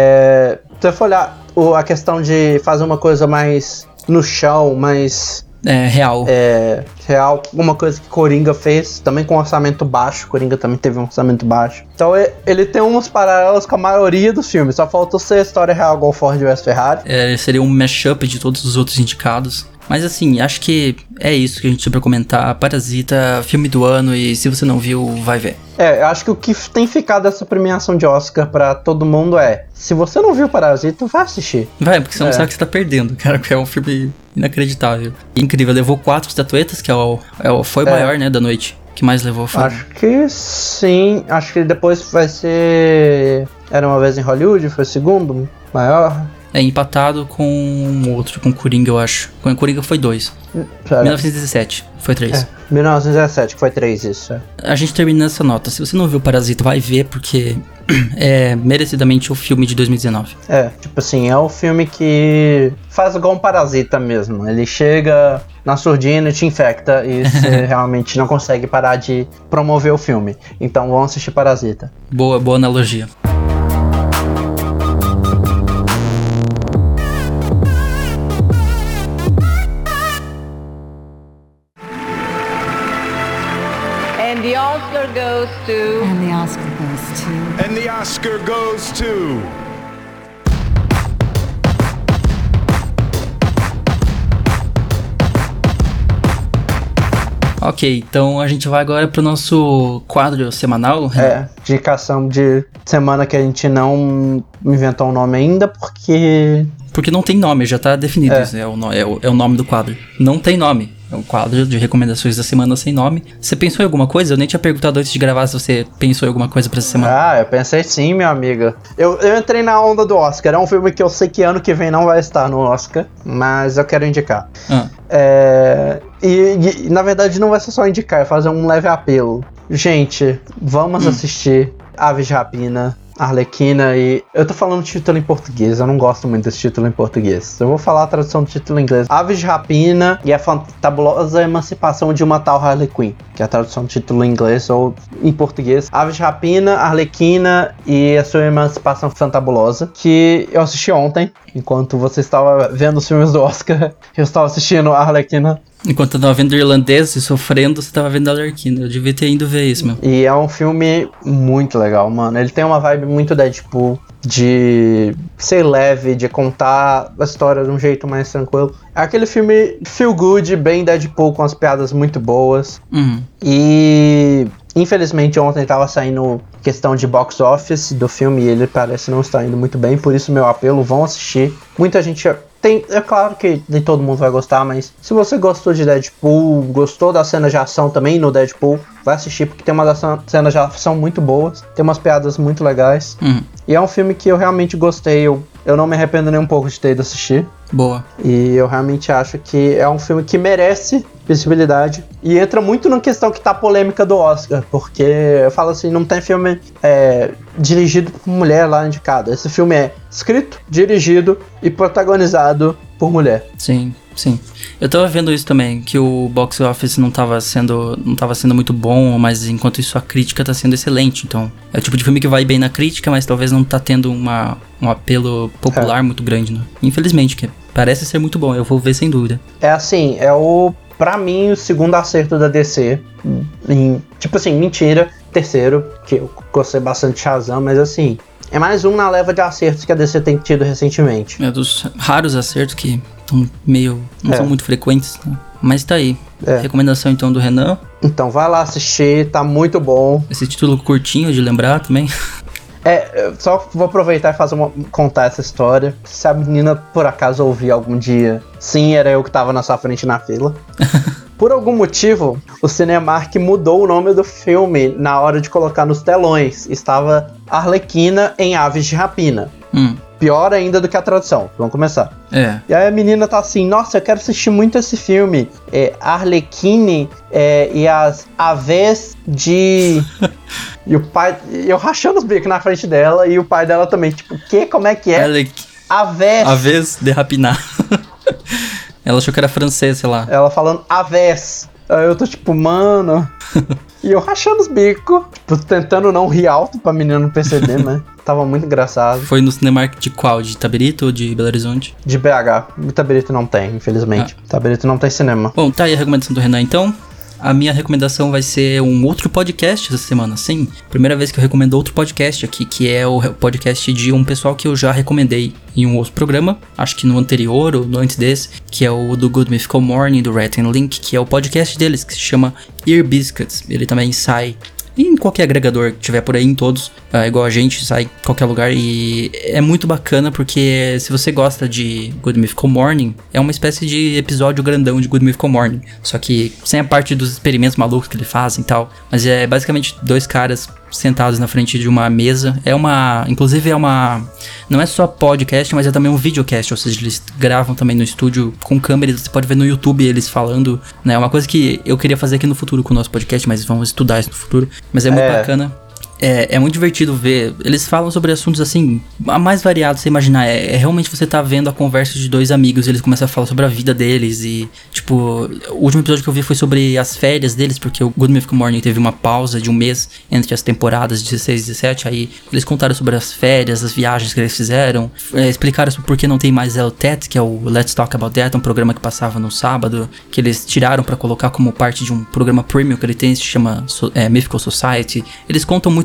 É, se você for olhar o, a questão de fazer uma coisa mais no chão, mais... É, real. É, real. Uma coisa que Coringa fez, também com orçamento baixo. Coringa também teve um orçamento baixo. Então ele tem uns paralelos com a maioria dos filmes. Só faltou ser a história real igual Ford versus Ferrari. É, seria um mashup de todos os outros indicados. Mas assim, acho que é isso que a gente tinha pra comentar. Parasita, filme do ano, e se você não viu, vai ver. É, eu acho que o que tem ficado dessa premiação de Oscar pra todo mundo é: se você não viu Parasita, vai assistir. Vai, porque você não é. sabe que você tá perdendo, cara, porque é um filme inacreditável. Incrível, levou quatro estatuetas, que é o, é o, foi o é. maior, né, da noite. Que mais levou? Foi? Acho que sim, acho que depois vai ser Era Uma Vez em Hollywood, foi o segundo maior. É, empatado com outro, com Coringa, eu acho. Com Coringa foi dois. Sério? mil novecentos e dezessete, foi três. É, mil novecentos e dezessete, que foi três, isso. É. A gente termina essa nota. Se você não viu Parasita, vai ver, porque é merecidamente o filme de dois mil e dezenove. É, tipo assim, é o filme que faz igual um Parasita mesmo. Ele chega na surdina e te infecta e você realmente não consegue parar de promover o filme. Então vamos assistir Parasita. Boa, boa analogia. And the Oscar goes to... And the Oscar goes to... And the Oscar goes to... Ok, então a gente vai agora pro nosso quadro semanal. É, indicação de semana que a gente não inventou um nome ainda, porque Porque não tem nome, já tá definido É. isso, é o, no- é, o, é o nome do quadro. Não tem nome. É um quadro de recomendações da semana sem nome. Você pensou em alguma coisa? Eu nem tinha perguntado antes de gravar se você pensou em alguma coisa pra essa semana. Ah, eu pensei sim, minha amiga. Eu, eu entrei na onda do Oscar. É um filme que eu sei que ano que vem não vai estar no Oscar, mas eu quero indicar. Ah, É, e, e, na verdade não vai ser só indicar, é fazer um leve apelo. Gente, vamos assistir Aves de Rapina, Arlequina e... Eu tô falando título em português, eu não gosto muito desse título em português. Eu vou falar a tradução do título em inglês. Aves de Rapina e a Fantabulosa Emancipação de uma Tal Harley Quinn, que é a tradução do título em inglês ou em português. Aves de Rapina, Arlequina e a sua Emancipação Fantabulosa, que eu assisti ontem, enquanto você estava vendo os filmes do Oscar, eu estava assistindo a Arlequina. enquanto eu tava vendo o irlandês e sofrendo, você tava vendo a Arlequina. Eu devia ter ido ver isso, meu. E é um filme muito legal, mano. Ele tem uma vibe muito Deadpool, de ser leve, de contar a história de um jeito mais tranquilo. É aquele filme feel good, bem Deadpool, com as piadas muito boas. Uhum. E infelizmente ontem tava saindo questão de box office do filme e ele parece não estar indo muito bem, por isso meu apelo, vão assistir. Muita gente... Tem, é claro que nem todo mundo vai gostar, mas se você gostou de Deadpool, gostou das cenas de ação também no Deadpool, vai assistir, porque tem umas cenas de ação muito boas, tem umas piadas muito legais. Uhum. E é um filme que eu realmente gostei, eu, eu não me arrependo nem um pouco de ter ido assistir. Boa. E eu realmente acho que é um filme que merece visibilidade. E entra muito na questão que tá polêmica do Oscar, porque eu falo assim, não tem filme é, dirigido por mulher lá indicado. Esse filme é escrito, dirigido e protagonizado por mulher. Sim, sim. Eu tava vendo isso também, que o box office não tava sendo, não tava sendo muito bom, mas enquanto isso a crítica tá sendo excelente. Então, é o tipo de filme que vai bem na crítica, mas talvez não tá tendo uma, um apelo popular É. muito grande, né? Infelizmente, que parece ser muito bom, eu vou ver sem dúvida. É assim, é o, pra mim, o segundo acerto da D C. Em, tipo assim, mentira, terceiro, que eu gostei bastante de Shazam, mas assim, é mais um na leva de acertos que a D C tem tido recentemente. É dos raros acertos que estão meio, não É. são muito frequentes, né? Mas tá aí. É. Recomendação então do Renan. Então vai lá assistir, tá muito bom. Esse título curtinho de lembrar também. É, eu só vou aproveitar e fazer uma, contar essa história. Se a menina por acaso ouvir algum dia, sim, era eu que tava na sua frente na fila. Por algum motivo, o Cinemark mudou o nome do filme na hora de colocar nos telões. Estava Arlequina em Aves de Rapina. Hum, Pior ainda do que a tradução. Vamos começar. é. E aí a menina tá assim, nossa, eu quero assistir muito esse filme. É, Arlequine é, e as Aves de... E o pai... Eu rachando os bicos na frente dela e o pai dela também. Tipo, o quê? Como é que é? Alec, Aves. a vez de rapinar. Ela achou que era francês, sei lá. Ela falando Aves. Aí eu tô tipo, mano... E eu rachando os bicos. Tipo, tentando não rir alto pra menina não perceber, né? Tava muito engraçado. Foi no Cinemark de qual? De Itabirito ou de Belo Horizonte? De B H. Itabirito não tem, infelizmente. Itabirito não tem cinema. Bom, tá aí a recomendação do Renan, então. A minha recomendação vai ser um outro podcast essa semana, sim. Primeira vez que eu recomendo outro podcast aqui, que é o podcast de um pessoal que eu já recomendei em um outro programa, acho que no anterior ou no antes desse, que é o do Good Mythical Morning, do Rat and Link, que é o podcast deles, que se chama Ear Biscuits. Ele também sai em qualquer agregador que tiver por aí, em todos, é, igual a gente, sai em qualquer lugar. E é muito bacana porque se você gosta de Good Mythical Morning, é uma espécie de episódio grandão de Good Mythical Morning, só que sem a parte dos experimentos malucos que ele fazem e tal. Mas é basicamente dois caras sentados na frente de uma mesa. É uma... Inclusive é uma... Não é só podcast, mas é também um videocast. Ou seja, eles gravam também no estúdio com câmera. Você pode ver no YouTube eles falando, né? É uma coisa que eu queria fazer aqui no futuro com o nosso podcast, mas vamos estudar isso no futuro. Mas é muito É. bacana. É, é muito divertido ver. Eles falam sobre assuntos assim, a mais variados, você imaginar. É, é realmente você tá vendo a conversa de dois amigos. Eles começam a falar sobre a vida deles. E, tipo, o último episódio que eu vi foi sobre as férias deles, porque o Good Mythical Morning teve uma pausa de um mês entre as temporadas dezesseis e dezessete. Aí eles contaram sobre as férias, as viagens que eles fizeram. É, explicaram sobre por que não tem mais L T E T, que é o Let's Talk About That, um programa que passava no sábado, que eles tiraram pra colocar como parte de um programa premium que ele tem, se chama so, é, Mythical Society. Eles contam muita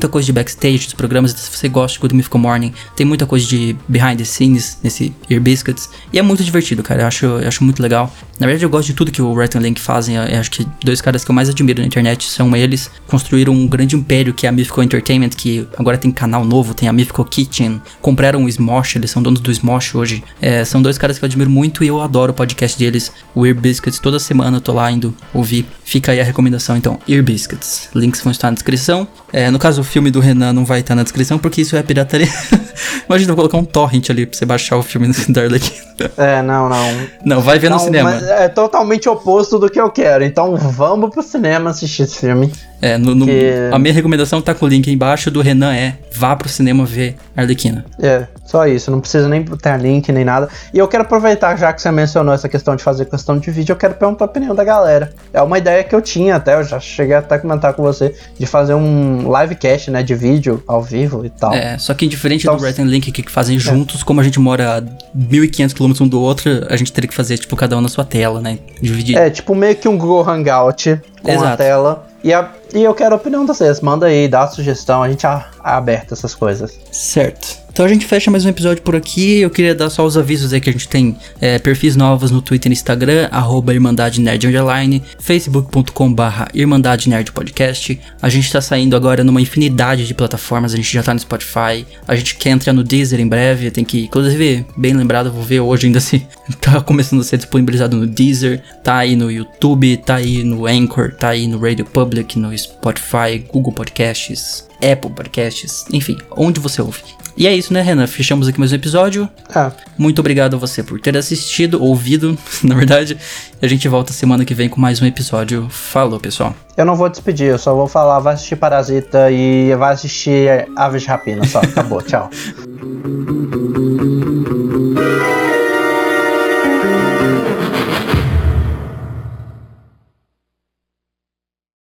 muita coisa de backstage dos programas, se você gosta de Good Mythical Morning, tem muita coisa de behind the scenes nesse Ear Biscuits, e é muito divertido, cara, eu acho, eu acho muito legal. Na verdade, eu gosto de tudo que o Rhett and Link fazem, eu, eu acho que dois caras que eu mais admiro na internet são eles, construíram um grande império que é a Mythical Entertainment, que agora tem canal novo, tem a Mythical Kitchen, compraram o Smosh, eles são donos do Smosh hoje, é, são dois caras que eu admiro muito e eu adoro o podcast deles, o Ear Biscuits, toda semana eu tô lá indo ouvir, fica aí a recomendação então, Ear Biscuits, links vão estar na descrição, é, no caso o filme do Renan não vai estar na descrição porque isso é pirataria. Imagina eu colocar um torrent ali pra você baixar o filme da Arlequina. É, não, não. Não, vai ver não, no cinema. É totalmente oposto do que eu quero, então vamos pro cinema assistir esse filme. É, no, no, que... a minha recomendação tá com o link aí embaixo, do Renan é, vá pro cinema ver Arlequina. É, só isso, não precisa nem ter link nem nada. E eu quero aproveitar, já que você mencionou essa questão de fazer questão de vídeo, eu quero perguntar a opinião da galera. É uma ideia que eu tinha até, eu já cheguei até a comentar com você, de fazer um livecast, né, de vídeo ao vivo e tal. É, só que diferente então, do Rhett and Link que fazem juntos, é. Como a gente mora a mil e quinhentos quilômetros um do outro, a gente teria que fazer, tipo, cada um na sua tela, né, dividir. É, tipo meio que um Google Hangout com Exato. A tela. E, a, e eu quero a opinião de vocês, manda aí, dá a sugestão, a gente é aberto essas coisas. Certo. Então a gente fecha mais um episódio por aqui. Eu queria dar só os avisos aí que a gente tem é, perfis novos no Twitter e no Instagram, arroba Irmandade Nerd Underline, facebook ponto com barra Irmandade Nerd Podcast. A gente tá saindo agora numa infinidade de plataformas, a gente já tá no Spotify, a gente quer entrar no Deezer em breve, tem que, inclusive, bem lembrado, vou ver hoje ainda se tá começando a ser disponibilizado no Deezer, tá aí no YouTube, tá aí no Anchor, tá aí no Radio Public, no Spotify, Google Podcasts, Apple Podcasts, enfim, onde você ouve. E é isso, né, Renan? Fechamos aqui mais um episódio. Ah. Muito obrigado a você por ter assistido, ouvido, na verdade. A gente volta semana que vem com mais um episódio. Falou, pessoal. Eu não vou despedir, eu só vou falar, vai assistir Parasita e vai assistir Aves de Rapina, só. Acabou, tchau.